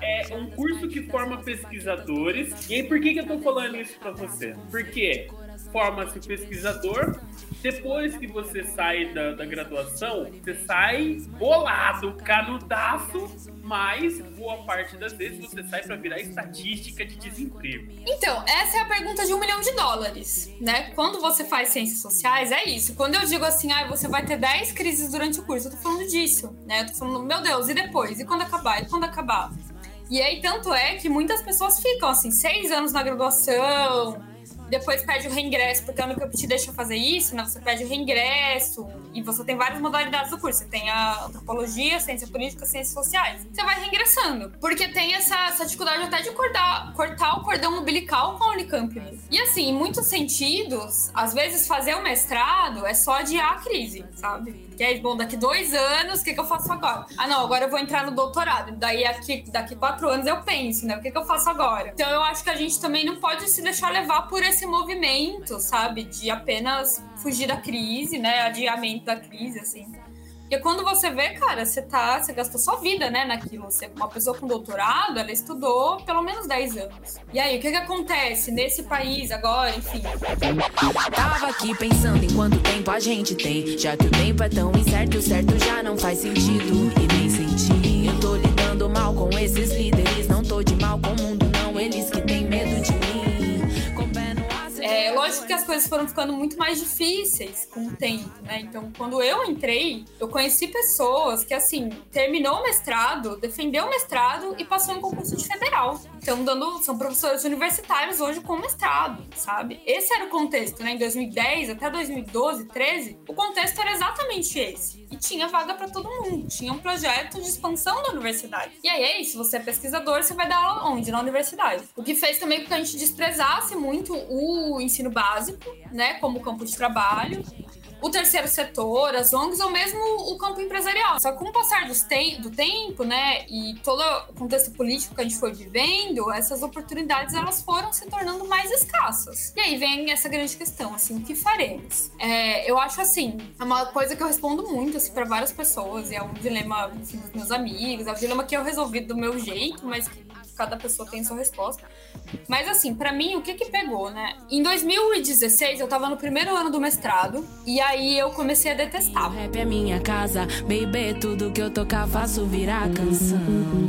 é um curso que forma pesquisadores. E aí, por que, que eu tô falando isso pra você? Porque forma-se pesquisador. Depois que você sai da, da graduação, você sai bolado, canudaço, mas boa parte das vezes você sai para virar estatística de desemprego. Então, essa é a pergunta de um milhão de dólares, né? Quando você faz ciências sociais, é isso. Quando eu digo assim, ah, você vai ter dez crises durante o curso, eu tô falando disso, né? Eu tô falando, meu Deus, e depois? E quando acabar? E quando acabar? E aí, tanto é que muitas pessoas ficam, assim, seis anos na graduação, depois pede o reingresso, porque a Unicamp te deixa fazer isso, né? Você pede o reingresso e você tem várias modalidades do curso. Você tem a antropologia, ciência política, ciências sociais. Você vai reingressando, porque tem essa, essa dificuldade até de cortar, cortar o cordão umbilical com a Unicamp mesmo. E assim, em muitos sentidos, às vezes fazer o mestrado é só adiar a crise, sabe? Que é, bom, daqui dois anos, o que, que eu faço agora? Ah, não, agora eu vou entrar no doutorado. Daí, aqui, daqui quatro anos eu penso, né? O que, que eu faço agora? Então, eu acho que a gente também não pode se deixar levar por esse movimento, sabe? De apenas fugir da crise, né? Adiamento da crise, assim. Porque quando você vê, cara, você, tá, você gastou sua vida, né, naquilo. Você, uma pessoa com doutorado, ela estudou pelo menos dez anos. E aí, o que que acontece nesse país agora, enfim? Tava aqui pensando em quanto tempo a gente tem, já que o tempo é tão incerto, o certo já não faz sentido e nem sentir. Eu tô lidando mal com esses líderes, não tô de mal com o mundo, não, eles que têm medo de mim. Com pé no aço, É lógico que as coisas foram ficando muito mais difíceis com o tempo, né? Então, quando eu entrei, eu conheci pessoas que, assim, terminou o mestrado, defendeu o mestrado e passou em concurso de federal. Então, dando, são professores universitários hoje com mestrado, sabe? Esse era o contexto, né? Em dois mil e dez até dois mil e doze, treze, o contexto era exatamente esse. E tinha vaga para todo mundo. Tinha um projeto de expansão da universidade. E aí é isso, você é pesquisador, você vai dar aula onde? Na universidade. O que fez também com que a gente desprezasse muito o ensino básico, né? Como campo de trabalho. O terceiro setor, as O N Gs ou mesmo o campo empresarial. Só que com o passar dos te- do tempo, né, e todo o contexto político que a gente foi vivendo, essas oportunidades elas foram se tornando mais escassas. E aí vem essa grande questão, assim, o que faremos? É, eu acho assim, é uma coisa que eu respondo muito, assim, para várias pessoas, e é um dilema, enfim, dos meus amigos, é um dilema que eu resolvi do meu jeito, mas que cada pessoa tem sua resposta. Mas assim, pra mim, o que que pegou, né? Em dois mil e dezesseis, eu tava no primeiro ano do mestrado, e aí eu comecei a detestar. o rap é minha casa, baby, tudo que eu tocar faço virar canção.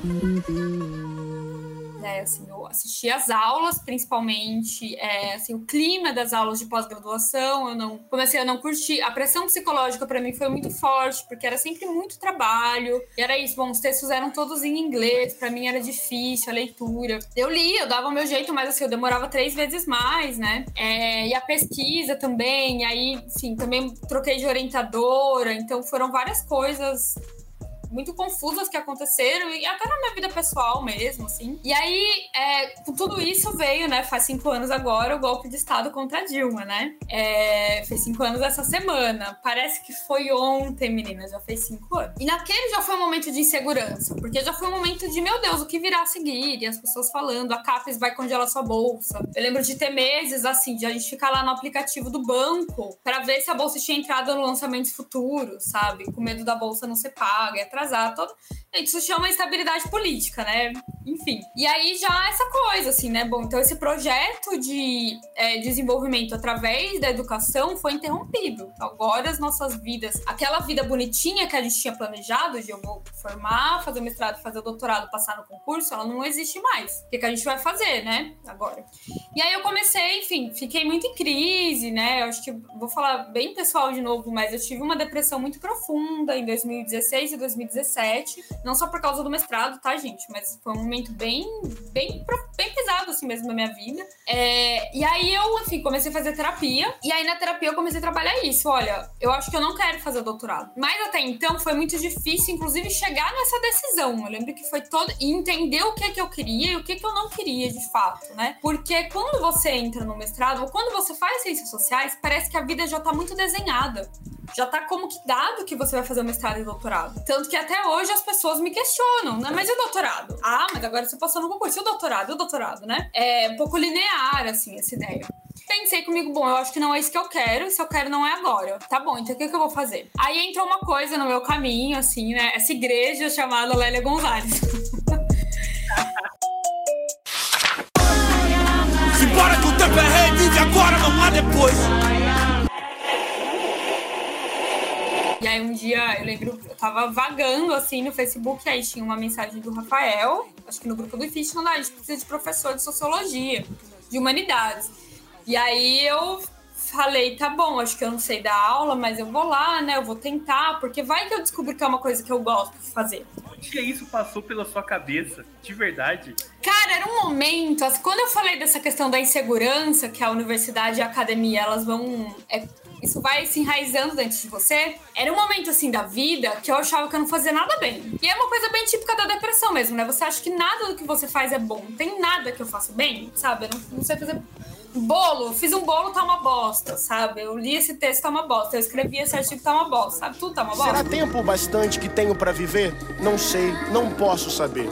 É, assim, eu assisti às aulas, principalmente, é, assim, o clima das aulas de pós-graduação, eu não comecei a não curtir. A pressão psicológica para mim foi muito forte, porque era sempre muito trabalho. E era isso, bom, os textos eram todos em inglês, para mim era difícil a leitura. Eu lia, eu dava o meu jeito, mas assim, eu demorava três vezes mais, né? É, e a pesquisa também, e aí, enfim, também troquei de orientadora, então foram várias coisas muito confusas que aconteceram, e até na minha vida pessoal mesmo, assim. E aí, é, com tudo isso veio, né, faz cinco anos agora, o golpe de Estado contra a Dilma, né? É, fez cinco anos essa semana. Parece que foi ontem, menina, já fez cinco anos. E naquele já foi um momento de insegurança, porque já foi um momento de, meu Deus, o que virá a seguir? E as pessoas falando, a CAPES vai congelar sua bolsa. Eu lembro de ter meses, assim, de a gente ficar lá no aplicativo do banco pra ver se a bolsa tinha entrado no lançamento futuro, sabe? Com medo da bolsa não ser paga, e atrasar todo. Isso chama instabilidade política, né? Enfim. E aí já essa coisa, assim, né? Bom, então esse projeto de é, desenvolvimento através da educação foi interrompido. Agora as nossas vidas, aquela vida bonitinha que a gente tinha planejado, de eu vou formar, fazer mestrado, fazer doutorado, passar no concurso, ela não existe mais. O que, que a gente vai fazer, né? Agora. E aí eu comecei, enfim, fiquei muito em crise, né? Eu acho que vou falar bem pessoal de novo, mas eu tive uma depressão muito profunda em dois mil e dezesseis e dois mil e dezessete. Não só por causa do mestrado, tá, gente? Mas foi um momento bem, bem, bem pesado, assim mesmo, na minha vida. É, e aí eu, enfim, comecei a fazer terapia. E aí na terapia eu comecei a trabalhar isso. Olha, eu acho que eu não quero fazer doutorado. Mas até então foi muito difícil, inclusive, chegar nessa decisão. Eu lembro que foi todo... E entender o que é que eu queria e o que é que eu não queria, de fato, né? Porque quando você entra no mestrado, ou quando você faz ciências sociais, parece que a vida já tá muito desenhada. Já tá como que dado que você vai fazer o mestrado e doutorado. Tanto que até hoje as pessoas me questionam, né? Mas e o doutorado? Ah, mas agora você passou no concurso. E o doutorado? E o doutorado, né? É um pouco linear, assim, essa ideia. Pensei comigo, bom, eu acho que não é isso que eu quero. Se eu quero, não é agora. Tá bom, então o que, que eu vou fazer? Aí entrou uma coisa no meu caminho, assim, né? Essa igreja chamada Lélia Gonzalez. Simbora que o tempo é rei, vive agora, não há depois. E aí um dia, eu lembro, eu tava vagando assim no Facebook, aí tinha uma mensagem do Rafael, acho que no grupo do I F I S, falando, ah, a gente precisa de professor de sociologia, de humanidades. E aí eu falei, tá bom, acho que eu não sei dar aula, mas eu vou lá, né, eu vou tentar, porque vai que eu descubro que é uma coisa que eu gosto de fazer. Que isso passou pela sua cabeça, de verdade? Cara, era um momento, assim, quando eu falei dessa questão da insegurança, que a universidade e a academia, elas vão... É, isso vai se enraizando dentro de você. Era um momento, assim, da vida que eu achava que eu não fazia nada bem. E é uma coisa bem típica da depressão mesmo, né? Você acha que nada do que você faz é bom. Não tem nada que eu faço bem, sabe? Eu não, não sei fazer... Bolo, fiz um bolo, tá uma bosta, sabe? Eu li esse texto, tá uma bosta. Eu escrevi esse artigo, tá uma bosta, sabe? Tudo tá uma bosta. Será tempo bastante que tenho pra viver? Não sei, não posso saber.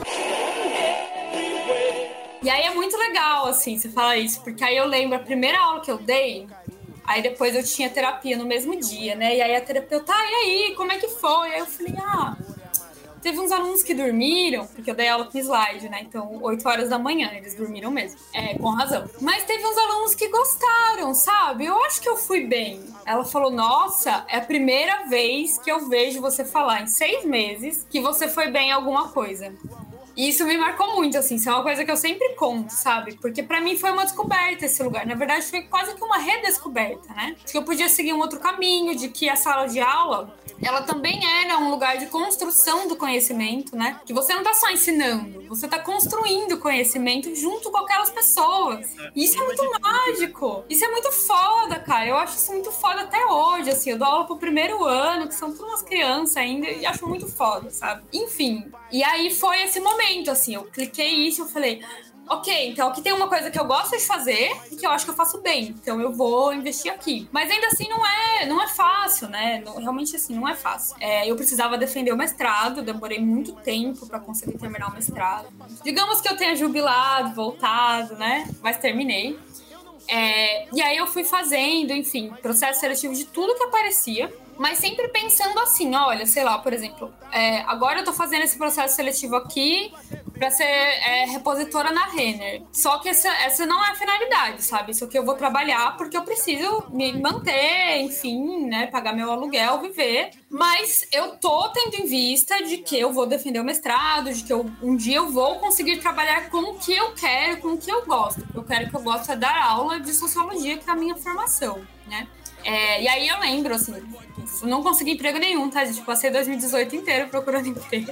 E aí é muito legal, assim, você falar isso, porque aí eu lembro a primeira aula que eu dei, aí depois eu tinha terapia no mesmo dia, né? E aí a terapeuta, tá, e aí, como é que foi? Aí eu falei, ah, teve uns alunos que dormiram, porque eu dei aula com slide, né? Então, oito horas da manhã, eles dormiram mesmo, é, com razão. Mas teve uns alunos que gostaram, sabe? Eu acho que eu fui bem. Ela falou, nossa, é a primeira vez que eu vejo você falar em seis meses que você foi bem em alguma coisa. E isso me marcou muito, assim, isso é uma coisa que eu sempre conto, sabe? Porque pra mim foi uma descoberta esse lugar. Na verdade, foi quase que uma redescoberta, né? De que eu podia seguir um outro caminho, de que a sala de aula, ela também era um lugar de construção do conhecimento, né? Que você não tá só ensinando, você tá construindo conhecimento junto com aquelas pessoas. E isso é muito mágico. Isso é muito foda, cara. Eu acho isso muito foda até hoje, assim. Eu dou aula pro primeiro ano, que são todas umas crianças ainda, e acho muito foda, sabe? Enfim, e aí foi esse momento. Assim, eu cliquei isso, eu falei, ok, então aqui tem uma coisa que eu gosto de fazer e que eu acho que eu faço bem, então eu vou investir aqui. Mas ainda assim não é, não é fácil, né? Não, realmente assim, não é fácil. É, eu precisava defender o mestrado, demorei muito tempo pra conseguir terminar o mestrado. Digamos que eu tenha jubilado, voltado, né? Mas terminei. É, e aí eu fui fazendo, enfim, processo seletivo de tudo que aparecia. Mas sempre pensando assim, olha, sei lá, por exemplo, é, agora eu tô fazendo esse processo seletivo aqui pra ser é, repositora na Renner. Só que essa, essa não é a finalidade, sabe? Isso aqui eu vou trabalhar porque eu preciso me manter, enfim, né? Pagar meu aluguel, viver. Mas eu tô tendo em vista de que eu vou defender o mestrado, de que eu, um dia eu vou conseguir trabalhar com o que eu quero, com o que eu gosto. Eu quero que eu gosto é dar aula de sociologia, que é a minha formação, né? É, e aí eu lembro, assim, não consegui emprego nenhum, tá, gente? Passei dois mil e dezoito inteiro procurando emprego.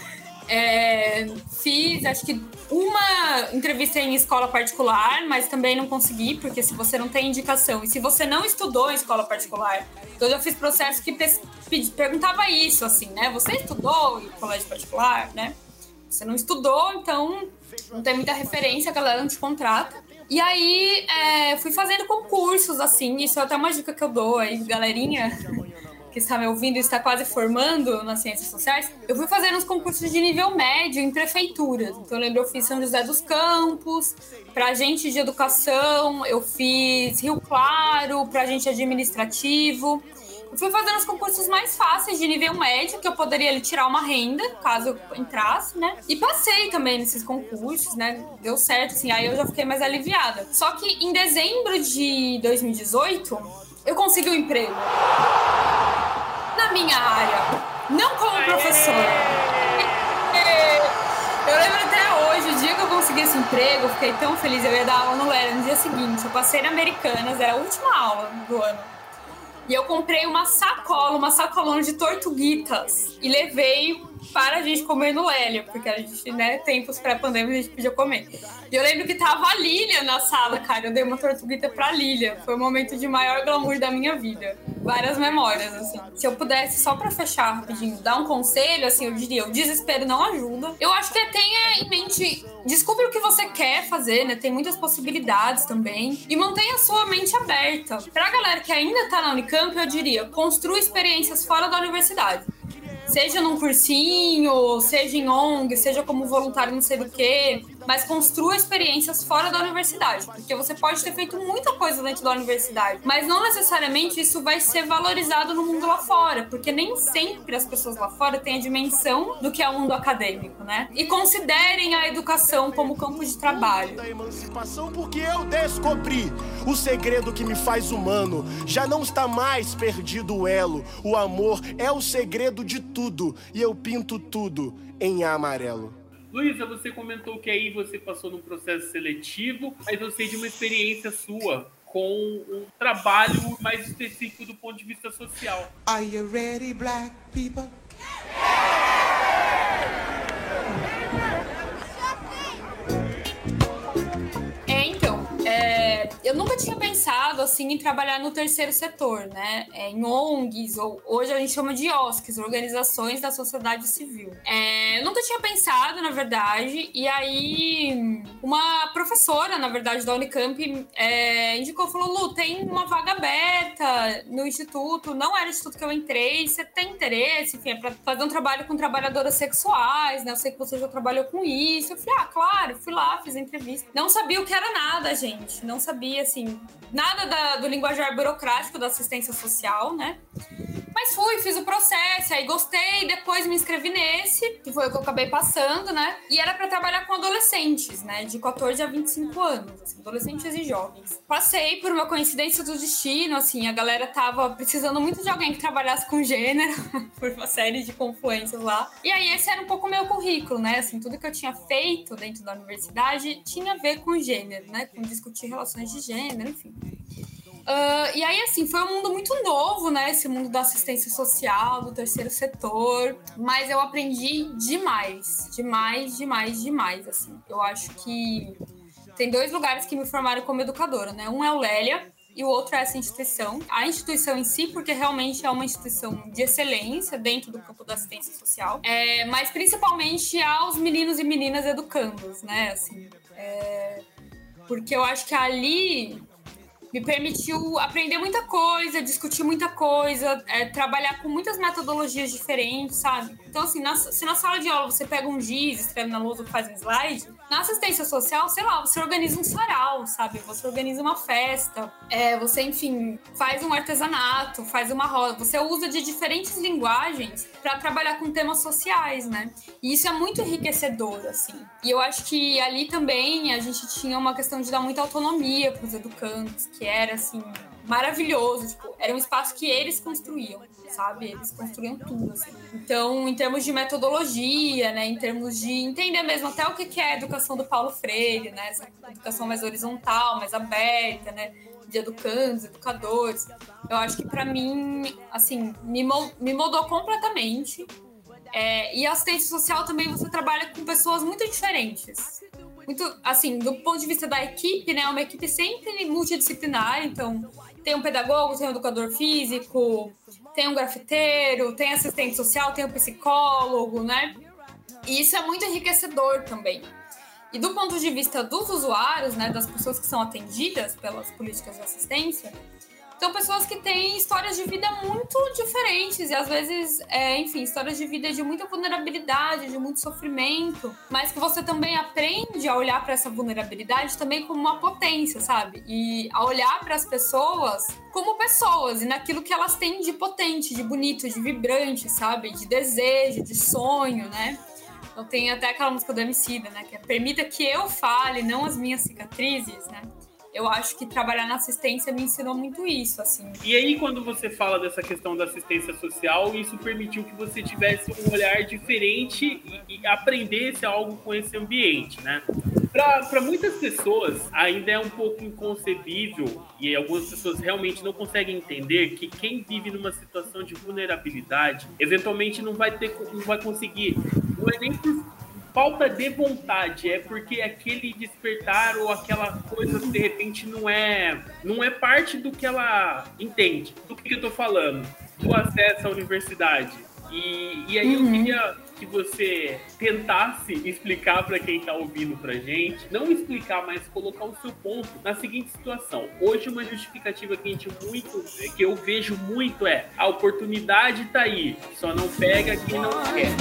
É, fiz, acho que uma entrevista em escola particular, mas também não consegui, porque se você não tem indicação e se você não estudou em escola particular, então eu já fiz processo que pe- perguntava isso, assim, né? Você estudou em colégio particular, né? Você não estudou, então não tem muita referência, a galera não te contrata. E aí, é, fui fazendo concursos, assim, isso é até uma dica que eu dou aí, galerinha que está me ouvindo e está quase formando nas ciências sociais. Eu fui fazendo uns concursos de nível médio em prefeituras. Então, eu lembro, eu fiz São José dos Campos, para agente de educação, eu fiz Rio Claro, para agente administrativo. Eu fui fazendo os concursos mais fáceis de nível médio, que eu poderia ali, tirar uma renda, caso eu entrasse, né? E passei também nesses concursos, né? Deu certo, assim, aí eu já fiquei mais aliviada. Só que em dezembro de dois mil e dezoito, eu consegui um emprego na minha área, não como professora. Eu lembro até hoje, o dia que eu consegui esse emprego, eu fiquei tão feliz, eu ia dar aula no Lélia no dia seguinte. Eu passei na Americanas, era a última aula do ano. E eu comprei uma sacola, uma sacolona de tortuguitas e levei para a gente comer no Lélia, porque a gente, né, tempos pré-pandêmicos a gente podia comer. E eu lembro que tava a Lília na sala, cara, eu dei uma tortuguita pra Lília. Foi o momento de maior glamour da minha vida. Várias memórias, assim. Se eu pudesse, só pra fechar rapidinho, dar um conselho, assim, eu diria, o desespero não ajuda. Eu acho que tenha em mente, descubra o que você quer fazer, né, tem muitas possibilidades também, e mantenha a sua mente aberta. Pra galera que ainda tá na Unicamp, eu diria, construa experiências fora da universidade. seja num cursinho, seja em O N G, seja como voluntário não sei do quê, mas construa experiências fora da universidade, porque você pode ter feito muita coisa dentro da universidade, mas não necessariamente isso vai ser valorizado no mundo lá fora, porque nem sempre as pessoas lá fora têm a dimensão do que é o mundo acadêmico, né? E considerem a educação como campo de trabalho. Da emancipação, porque eu descobri o segredo que me faz humano. Já não está mais perdido o elo. O amor é o segredo de tudo, e eu pinto tudo em amarelo. Luísa, você comentou que aí você passou num processo seletivo, mas eu sei de uma experiência sua com um trabalho mais específico do ponto de vista social. Are you ready, black people? É, então, é, eu nunca tinha pensado assim em trabalhar no terceiro setor, né? É, em O N Gs, ou hoje a gente chama de O S Cs, Organizações da Sociedade Civil. É, eu nunca tinha pensado, na verdade, e aí uma professora, na verdade, da Unicamp é, indicou, falou, Lu, tem uma vaga aberta no instituto, não era o instituto que eu entrei, você tem interesse, enfim, é pra fazer um trabalho com trabalhadoras sexuais, né? Eu sei que você já trabalhou com isso. Eu falei, ah, claro, fui lá, fiz a entrevista. Não sabia o que era nada, gente, não sabia, assim, nada da, do linguajar burocrático da assistência social, né? Mas fui, fiz o processo, aí gostei, depois me inscrevi nesse, que foi o que eu acabei passando, né? E era pra trabalhar com adolescentes, né? De quatorze a vinte e cinco anos, assim, adolescentes e jovens. Passei por uma coincidência do destino, assim, a galera tava precisando muito de alguém que trabalhasse com gênero, por uma série de confluências lá. E aí esse era um pouco o meu currículo, né? Assim, tudo que eu tinha feito dentro da universidade tinha a ver com gênero, né? Com discutir relações de gênero, enfim. Uh, e aí, assim, foi um mundo muito novo, né? Esse mundo da assistência social, do terceiro setor. Mas eu aprendi demais. Demais, demais, demais, assim. Eu acho que tem dois lugares que me formaram como educadora, né? Um é o Lélia e o outro é essa instituição. A instituição em si, porque realmente é uma instituição de excelência dentro do campo da assistência social. É, mas principalmente aos meninos e meninas educandos, né? Assim, é, porque eu acho que ali me permitiu aprender muita coisa, discutir muita coisa, é, trabalhar com muitas metodologias diferentes, sabe? Então, assim, na, se na sala de aula você pega um giz, escreve na lousa ou faz um slide, na assistência social, sei lá, você organiza um sarau, sabe? Você organiza uma festa, é, você, enfim, faz um artesanato, faz uma roda. Você usa de diferentes linguagens para trabalhar com temas sociais, né? E isso é muito enriquecedor, assim. E eu acho que ali também a gente tinha uma questão de dar muita autonomia para os educandos, que era, assim, maravilhoso. Tipo, era um espaço que eles construíam, sabe? Eles construíam tudo, assim. Então, em termos de metodologia, né? Em termos de entender mesmo até o que é a educação do Paulo Freire, né? Essa educação mais horizontal, mais aberta, né? De educandos, educadores. Eu acho que, para mim, assim, me moldou completamente. É, e a assistência social também, você trabalha com pessoas muito diferentes. Muito, assim, do ponto de vista da equipe, né? É uma equipe sempre multidisciplinar. Então, tem um pedagogo, tem um educador físico, tem um grafiteiro, tem assistente social, tem um psicólogo, né? E isso é muito enriquecedor também. E do ponto de vista dos usuários, né? Das pessoas que são atendidas pelas políticas de assistência, são pessoas que têm histórias de vida muito diferentes e, às vezes, é, enfim, histórias de vida de muita vulnerabilidade, de muito sofrimento, mas que você também aprende a olhar para essa vulnerabilidade também como uma potência, sabe? E a olhar para as pessoas como pessoas e naquilo que elas têm de potente, de bonito, de vibrante, sabe? De desejo, de sonho, né? Então tem até aquela música do Emicida, né? Que é Permita que eu fale, não as minhas cicatrizes, né? Eu acho que trabalhar na assistência me ensinou muito isso, assim. E aí, quando você fala dessa questão da assistência social, isso permitiu que você tivesse um olhar diferente e, e aprendesse algo com esse ambiente, né? Para muitas pessoas, ainda é um pouco inconcebível, e algumas pessoas realmente não conseguem entender que quem vive numa situação de vulnerabilidade, eventualmente não vai ter, não vai conseguir, não é nem por falta de vontade, é porque aquele despertar ou aquela coisa de repente não é, não é parte do que ela entende. Do que eu tô falando? Do acesso à universidade. E, e aí eu queria que você tentasse explicar para quem tá ouvindo pra gente, não explicar, mas colocar o seu ponto na seguinte situação. Hoje uma justificativa que a gente muito, que eu vejo muito é: a oportunidade tá aí, só não pega quem não quer.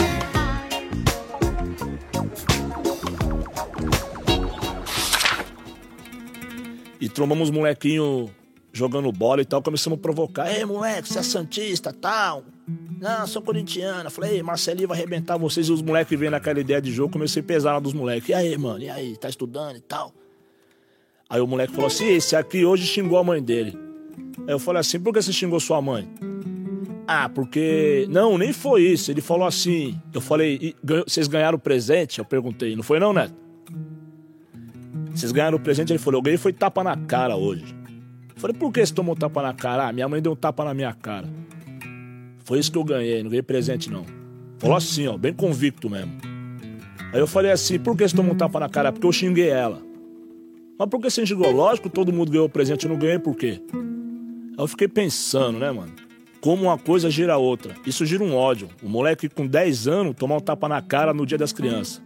E trombamos molequinho jogando bola e tal, começamos a provocar. Ei, moleque, você é santista, tal? Não, sou corintiano. Falei, ei, Marcelinho vai arrebentar vocês. E os moleques vendo aquela ideia de jogo, comecei a pesar lá dos moleques. E aí, mano, e aí, tá estudando e tal? Aí o moleque falou assim, esse aqui hoje xingou a mãe dele. Aí eu falei assim, por que você xingou sua mãe? Ah, porque... Não, nem foi isso. Ele falou assim, eu falei, vocês ganharam o presente? Eu perguntei, não foi não, Neto? Vocês ganharam o presente? Ele falou, eu ganhei foi tapa na cara hoje. Eu falei, por que você tomou tapa na cara? Ah, minha mãe deu um tapa na minha cara. Foi isso que eu ganhei, não ganhei presente não. Falou assim, ó, bem convicto mesmo. Aí eu falei assim, por que você tomou um tapa na cara? Porque eu xinguei ela. Mas por que você xingou? Lógico, todo mundo ganhou o presente, eu não ganhei por quê? Aí eu fiquei pensando, né, mano? Como uma coisa gira a outra. Isso gira um ódio. O moleque com dez anos tomar um tapa na cara no dia das crianças.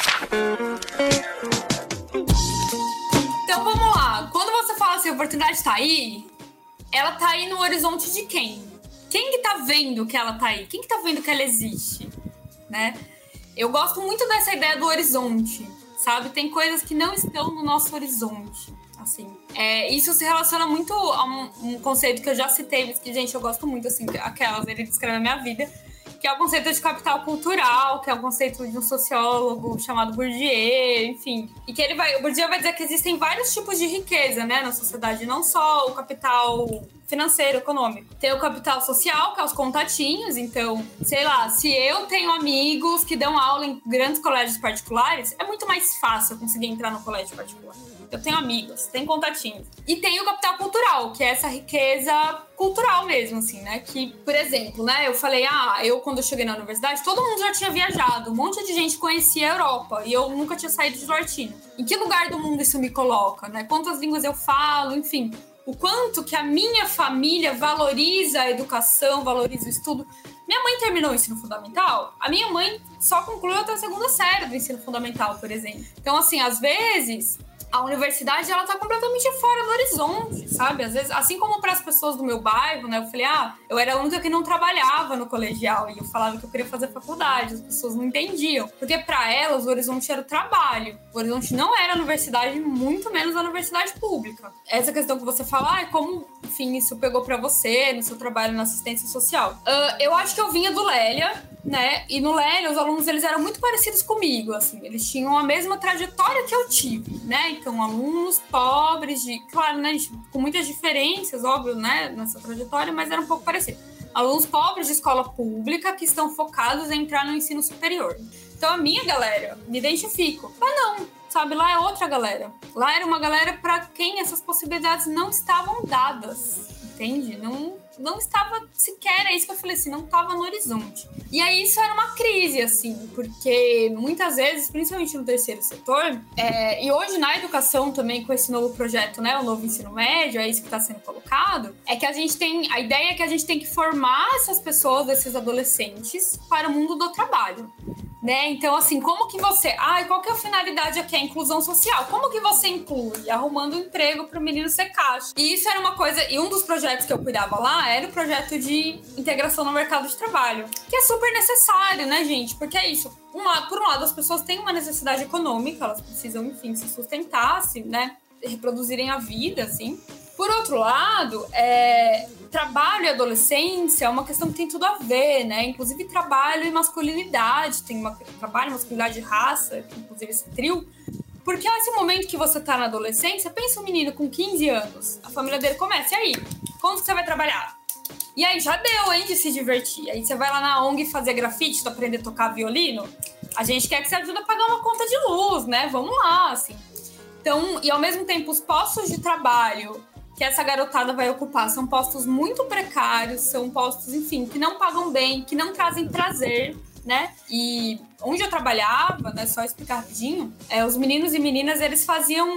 Então vamos lá. Quando você fala assim, a oportunidade tá aí, ela tá aí no horizonte de quem? Quem que tá vendo que ela tá aí? Quem que tá vendo que ela existe? Né? Eu gosto muito dessa ideia do horizonte, sabe? Tem coisas que não estão no nosso horizonte, assim. É, isso se relaciona muito a um, um conceito que eu já citei, que, gente, eu gosto muito, assim, aquelas, ele descreve a minha vida, que é o conceito de capital cultural, que é o conceito de um sociólogo chamado Bourdieu, enfim. E que ele vai, o Bourdieu vai dizer que existem vários tipos de riqueza, né, na sociedade, não só o capital financeiro, econômico. Tem o capital social, que é os contatinhos, então, sei lá, se eu tenho amigos que dão aula em grandes colégios particulares, é muito mais fácil eu conseguir entrar no colégio particular. Eu tenho amigos, tenho contatinhos. E tem o capital cultural, que é essa riqueza cultural mesmo, assim, né? Que, por exemplo, né? Eu falei, ah, eu quando eu cheguei na universidade, todo mundo já tinha viajado. Um monte de gente conhecia a Europa. E eu nunca tinha saído de Duartino. Em que lugar do mundo isso me coloca, né? Quantas línguas eu falo, enfim. O quanto que a minha família valoriza a educação, valoriza o estudo. Minha mãe terminou o ensino fundamental. A minha mãe só concluiu até a segunda série do ensino fundamental, por exemplo. Então, assim, às vezes... a universidade, ela tá completamente fora do horizonte, sabe? Às vezes, assim como para as pessoas do meu bairro, né? Eu falei, ah, eu era a única que não trabalhava no colegial e eu falava que eu queria fazer faculdade. As pessoas não entendiam. Porque para elas, o horizonte era o trabalho. O horizonte não era a universidade, muito menos a universidade pública. Essa questão que você fala, ah, como, enfim, isso pegou para você no seu trabalho na assistência social. Uh, eu acho que eu vinha do Lélia, né? E no Lélia, os alunos, eles eram muito parecidos comigo, assim. Eles tinham a mesma trajetória que eu tive, né? Então, alunos pobres, de, claro, né, com muitas diferenças, óbvio, né, nessa trajetória, mas era um pouco parecido. Alunos pobres de escola pública que estão focados em entrar no ensino superior. Então, a minha galera, me identifico. Mas não, sabe, lá é outra galera. Lá era uma galera para quem essas possibilidades não estavam dadas, entende? Não... não estava sequer, é isso que eu falei assim, não estava no horizonte. E aí isso era uma crise, assim, porque muitas vezes, principalmente no terceiro setor, é, e hoje na educação também com esse novo projeto, né, o novo ensino médio, é isso que está sendo colocado, é que a gente tem, a ideia é que a gente tem que formar essas pessoas, esses adolescentes, para o mundo do trabalho. Né? Então, assim, como que você... Ah, qual que é a finalidade aqui? A inclusão social. Como que você inclui? Arrumando um emprego para o menino ser caixa. E isso era uma coisa... E um dos projetos que eu cuidava lá era o projeto de integração no mercado de trabalho. Que é super necessário, né, gente? Porque é isso. Um lado, por um lado, as pessoas têm uma necessidade econômica. Elas precisam, enfim, se sustentar, se, né, reproduzirem a vida, assim. Por outro lado, é... trabalho e adolescência é uma questão que tem tudo a ver, né? Inclusive trabalho e masculinidade, tem uma trabalho, masculinidade e raça, inclusive esse trio. Porque nesse momento que você tá na adolescência, pensa um menino com quinze anos, a família dele começa, e aí? Como que você vai trabalhar? E aí, já deu, hein, de se divertir. Aí você vai lá na O N G fazer grafite, tu aprender a tocar violino. A gente quer que você ajude a pagar uma conta de luz, né? Vamos lá, assim. Então, e ao mesmo tempo, os postos de trabalho que essa garotada vai ocupar são postos muito precários, são postos, enfim, que não pagam bem, que não trazem prazer, né? E onde eu trabalhava, né, só explicar rapidinho, é, os meninos e meninas, eles faziam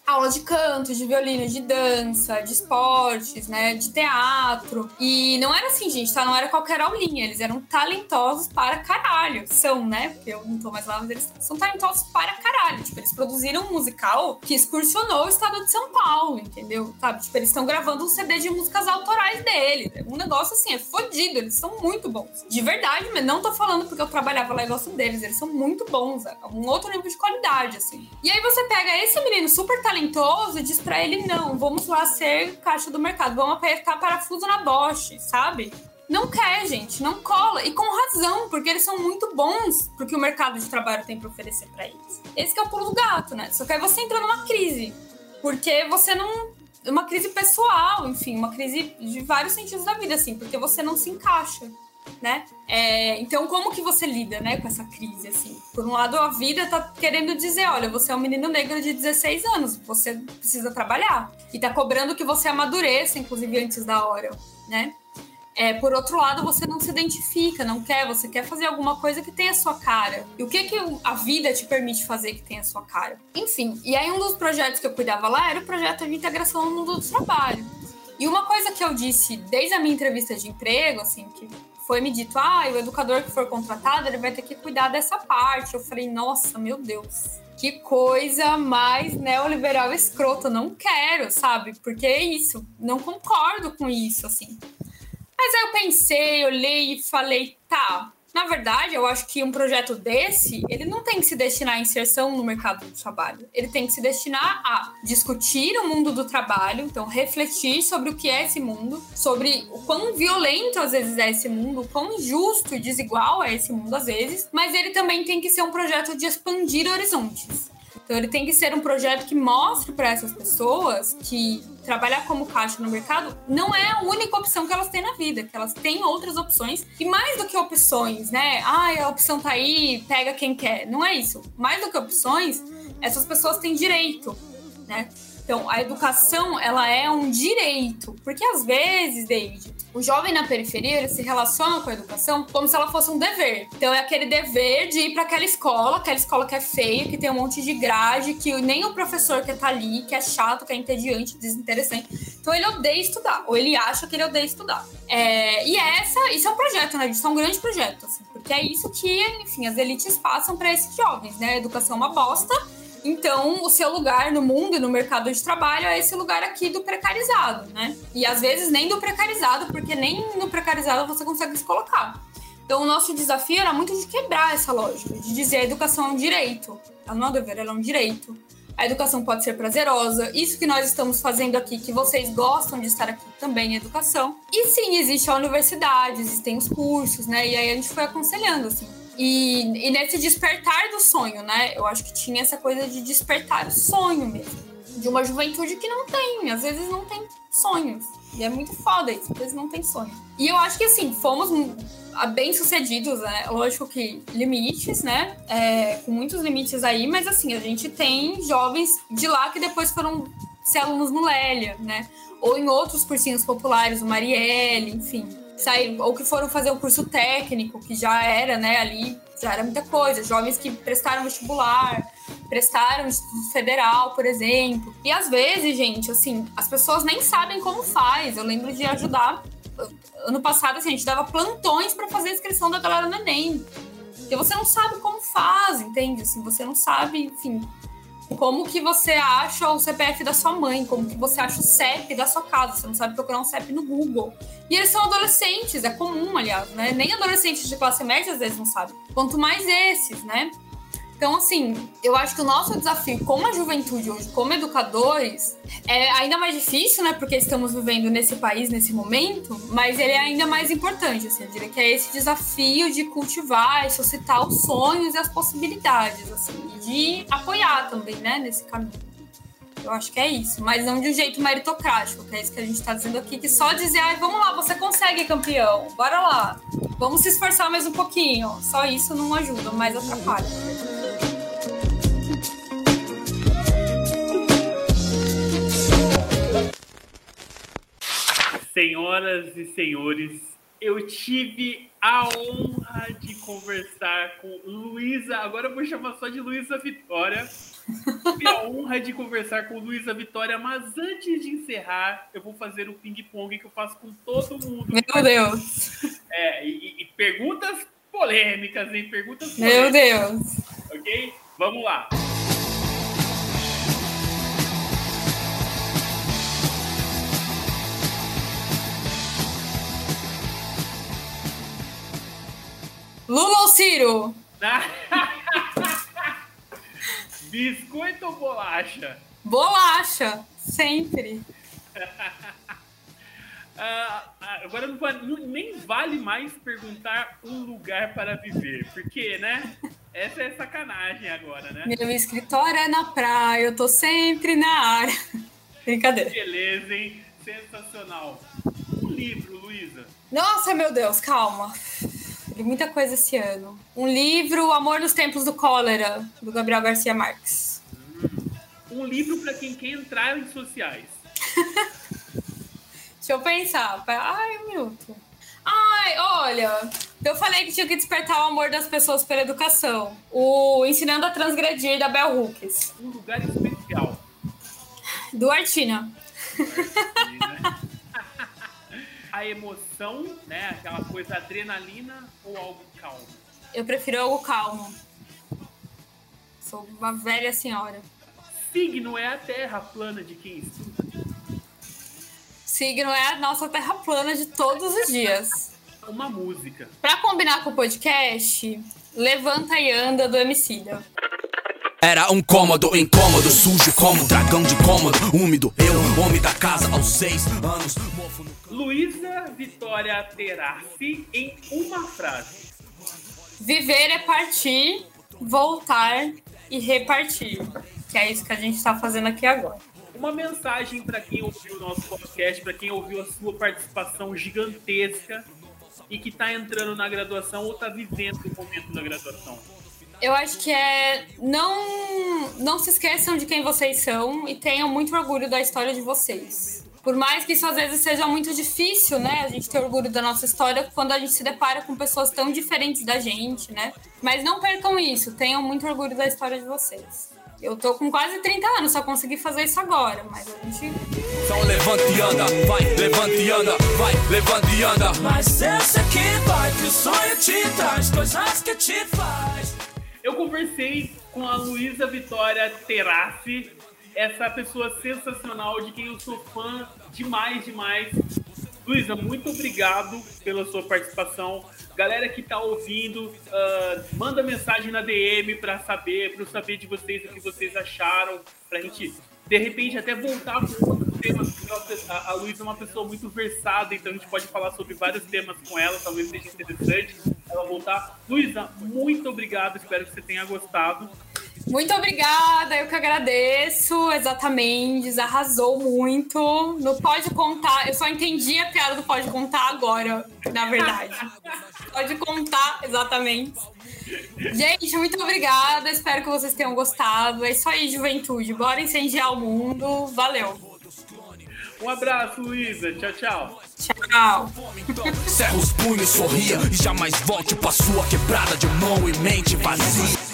aula de canto, de violino, de dança, de esportes, né, de teatro. E não era assim, gente, tá? Não era qualquer aulinha. Eles eram talentosos para caralho. São, né? Porque eu não tô mais lá, mas eles são talentosos para caralho. Tipo, eles produziram um musical que excursionou o estado de São Paulo, entendeu? Sabe? Tipo, eles estão gravando um C D de músicas autorais deles. Um negócio assim, é fodido. Eles são muito bons. De verdade, mas não tô falando porque eu trabalhava lá e gosto deles. Eles são muito bons. É um outro nível de qualidade, assim. E aí você pega esse menino super talentoso e diz pra ele, não, vamos lá ser caixa do mercado, vamos apertar parafuso na Bosch, sabe? Não quer, gente, não cola. E com razão, porque eles são muito bons pro que o mercado de trabalho tem pra oferecer pra eles. Esse que é o pulo do gato, né? Só que aí você entra numa crise, porque você não... Uma crise pessoal, enfim, uma crise de vários sentidos da vida, assim, porque você não se encaixa, né? É, então, como que você lida, né, com essa crise, assim? Por um lado, a vida tá querendo dizer, olha, você é um menino negro de dezesseis anos, você precisa trabalhar. E tá cobrando que você amadureça, inclusive antes da hora, né? É, por outro lado, você não se identifica, não quer, você quer fazer alguma coisa que tenha a sua cara. E o que, que a vida te permite fazer que tenha a sua cara? Enfim, e aí um dos projetos que eu cuidava lá era o projeto de integração no mundo do trabalho. E uma coisa que eu disse desde a minha entrevista de emprego, assim, que foi me dito, ah, o educador que for contratado, ele vai ter que cuidar dessa parte. Eu falei, nossa, meu Deus, que coisa mais neoliberal escrota, não quero, sabe? Porque é isso, não concordo com isso, assim. Mas aí eu pensei, olhei e falei, tá, na verdade, eu acho que um projeto desse, ele não tem que se destinar à inserção no mercado do trabalho. Ele tem que se destinar a discutir o mundo do trabalho, então refletir sobre o que é esse mundo, sobre o quão violento às vezes é esse mundo, o quão injusto e desigual é esse mundo às vezes, mas ele também tem que ser um projeto de expandir horizontes. Então ele tem que ser um projeto que mostre para essas pessoas que trabalhar como caixa no mercado não é a única opção que elas têm na vida, que elas têm outras opções, e mais do que opções, né? Ah, a opção tá aí, pega quem quer. Não é isso. Mais do que opções, essas pessoas têm direito, né? Então, a educação, ela é um direito, porque às vezes, David, o jovem na periferia, ele se relaciona com a educação como se ela fosse um dever. Então, é aquele dever de ir para aquela escola, aquela escola que é feia, que tem um monte de grade, que nem o professor quer estar ali, que é chato, que é entediante, desinteressante. Então, ele odeia estudar, ou ele acha que ele odeia estudar. É, e essa, isso é um projeto, né? Isso é um grande projeto, assim, porque é isso que, enfim, as elites passam para esses jovens, né? A educação é uma bosta. Então, o seu lugar no mundo e no mercado de trabalho é esse lugar aqui do precarizado, né? E às vezes nem do precarizado, porque nem no precarizado você consegue se colocar. Então, o nosso desafio era muito de quebrar essa lógica, de dizer a educação é um direito. Ela não é um dever, ela é um direito. A educação pode ser prazerosa. Isso que nós estamos fazendo aqui, que vocês gostam de estar aqui também, é educação. E sim, existe a universidade, existem os cursos, né? E aí a gente foi aconselhando, assim. E, e nesse despertar do sonho, né? Eu acho que tinha essa coisa de despertar o sonho mesmo. De uma juventude que não tem, às vezes não tem sonhos. E é muito foda isso, às vezes não tem sonho. E eu acho que, assim, fomos bem-sucedidos, né? Lógico que limites, né? É, com muitos limites aí, mas, assim, a gente tem jovens de lá que depois foram ser alunos no Lélia, né? Ou em outros cursinhos populares, o Marielle, enfim. Saíram, ou que foram fazer um curso técnico, que já era, né, ali, já era muita coisa. Jovens que prestaram vestibular, prestaram Instituto Federal, por exemplo. E às vezes, gente, assim, as pessoas nem sabem como faz. Eu lembro de ajudar. Ano passado, assim, a gente dava plantões para fazer a inscrição da galera no Enem. Porque você não sabe como faz, entende? Assim, você não sabe, enfim... Como que você acha o C P F da sua mãe, como que você acha o C E P da sua casa, você não sabe procurar um C E P no Google. E eles são adolescentes, é comum, aliás, né? Nem adolescentes de classe média às vezes não sabem. Quanto mais esses, né? Então, assim, eu acho que o nosso desafio como a juventude hoje, como educadores, é ainda mais difícil, né? Porque estamos vivendo nesse país, nesse momento, mas ele é ainda mais importante, assim, eu diria que é esse desafio de cultivar e suscitar os sonhos e as possibilidades, assim, e de apoiar também, né, nesse caminho. Eu acho que é isso, mas não de um jeito meritocrático, que é isso que a gente tá dizendo aqui, que só dizer, ai, vamos lá, você consegue, campeão, bora lá, vamos se esforçar mais um pouquinho. Só isso não ajuda, mas atrapalha. Senhoras e senhores, eu tive a honra de conversar com Luísa. Agora eu vou chamar só de Luísa Vitória. Tive a honra de conversar com Luísa Vitória, mas antes de encerrar, eu vou fazer o ping-pong que eu faço com todo mundo. Meu Deus. É, e, e perguntas polêmicas, hein? Perguntas polêmicas. Meu Deus. Ok? Vamos lá. Lula ou Ciro? Biscoito ou bolacha? Bolacha, sempre. uh, agora não, não, nem vale mais perguntar um lugar para viver, porque, né? Essa é sacanagem agora, né? Meu escritório é na praia, eu tô sempre na área. Brincadeira. Beleza, hein? Sensacional. Um livro, Luísa. Nossa, meu Deus, calma. Li muita coisa esse ano. Um livro, Amor nos Tempos do Cólera, do Gabriel Garcia Marques. Hum. Um livro para quem quer entrar em sociais. Deixa eu pensar. Ai, um minuto. Ai, olha, eu falei que tinha que despertar o amor das pessoas pela educação. O Ensinando a Transgredir, da Bell Hooks. Um lugar especial. Do Artina. Artina. A emoção, né? Aquela coisa adrenalina ou algo calmo? Eu prefiro algo calmo. Sou uma velha senhora. Signo é a terra plana de quem estuda? Signo é a nossa terra plana de todos os dias. Uma música. Pra combinar com o podcast, Levanta e Anda, do Emicida. Era um cômodo incômodo, sujo como um dragão de cômodo, úmido, eu, homem da casa aos seis anos, mofo no... Luísa Vitória Terassi, em uma frase. Viver é partir, voltar e repartir. Que é isso que a gente está fazendo aqui agora. Uma mensagem para quem ouviu o nosso podcast, para quem ouviu a sua participação gigantesca e que está entrando na graduação ou está vivendo o momento da graduação. Eu acho que é... Não, não se esqueçam de quem vocês são e tenham muito orgulho da história de vocês. Por mais que isso às vezes seja muito difícil, né? A gente ter orgulho da nossa história quando a gente se depara com pessoas tão diferentes da gente, né? Mas não percam isso, tenham muito orgulho da história de vocês. Eu tô com quase trinta anos, só consegui fazer isso agora, mas a gente... Então levanta e anda, vai, levanta e anda, vai, levanta e anda. Mas eu sei que vai, que o sonho te traz coisas que te faz. Eu conversei com a Luísa Vitória Terassi, essa pessoa sensacional de quem eu sou fã demais, demais. Luísa, muito obrigado pela sua participação. Galera que tá ouvindo, uh, manda mensagem na D M para saber, para eu saber de vocês o que vocês acharam, pra gente, de repente, até voltar com outros temas. A, a Luísa é uma pessoa muito versada, então a gente pode falar sobre vários temas com ela, talvez seja interessante ela voltar. Luísa, muito obrigado, espero que você tenha gostado. Muito obrigada, eu que agradeço, exatamente, arrasou muito. Não pode contar, eu só entendi a piada do pode contar agora, na verdade. Pode contar, exatamente. Gente, muito obrigada, espero que vocês tenham gostado. É isso aí, juventude, bora incendiar o mundo, valeu. Um abraço, Luísa, tchau, tchau. Tchau. Cerra os punhos, sorria e jamais volte pra sua quebrada de mão e mente vazia.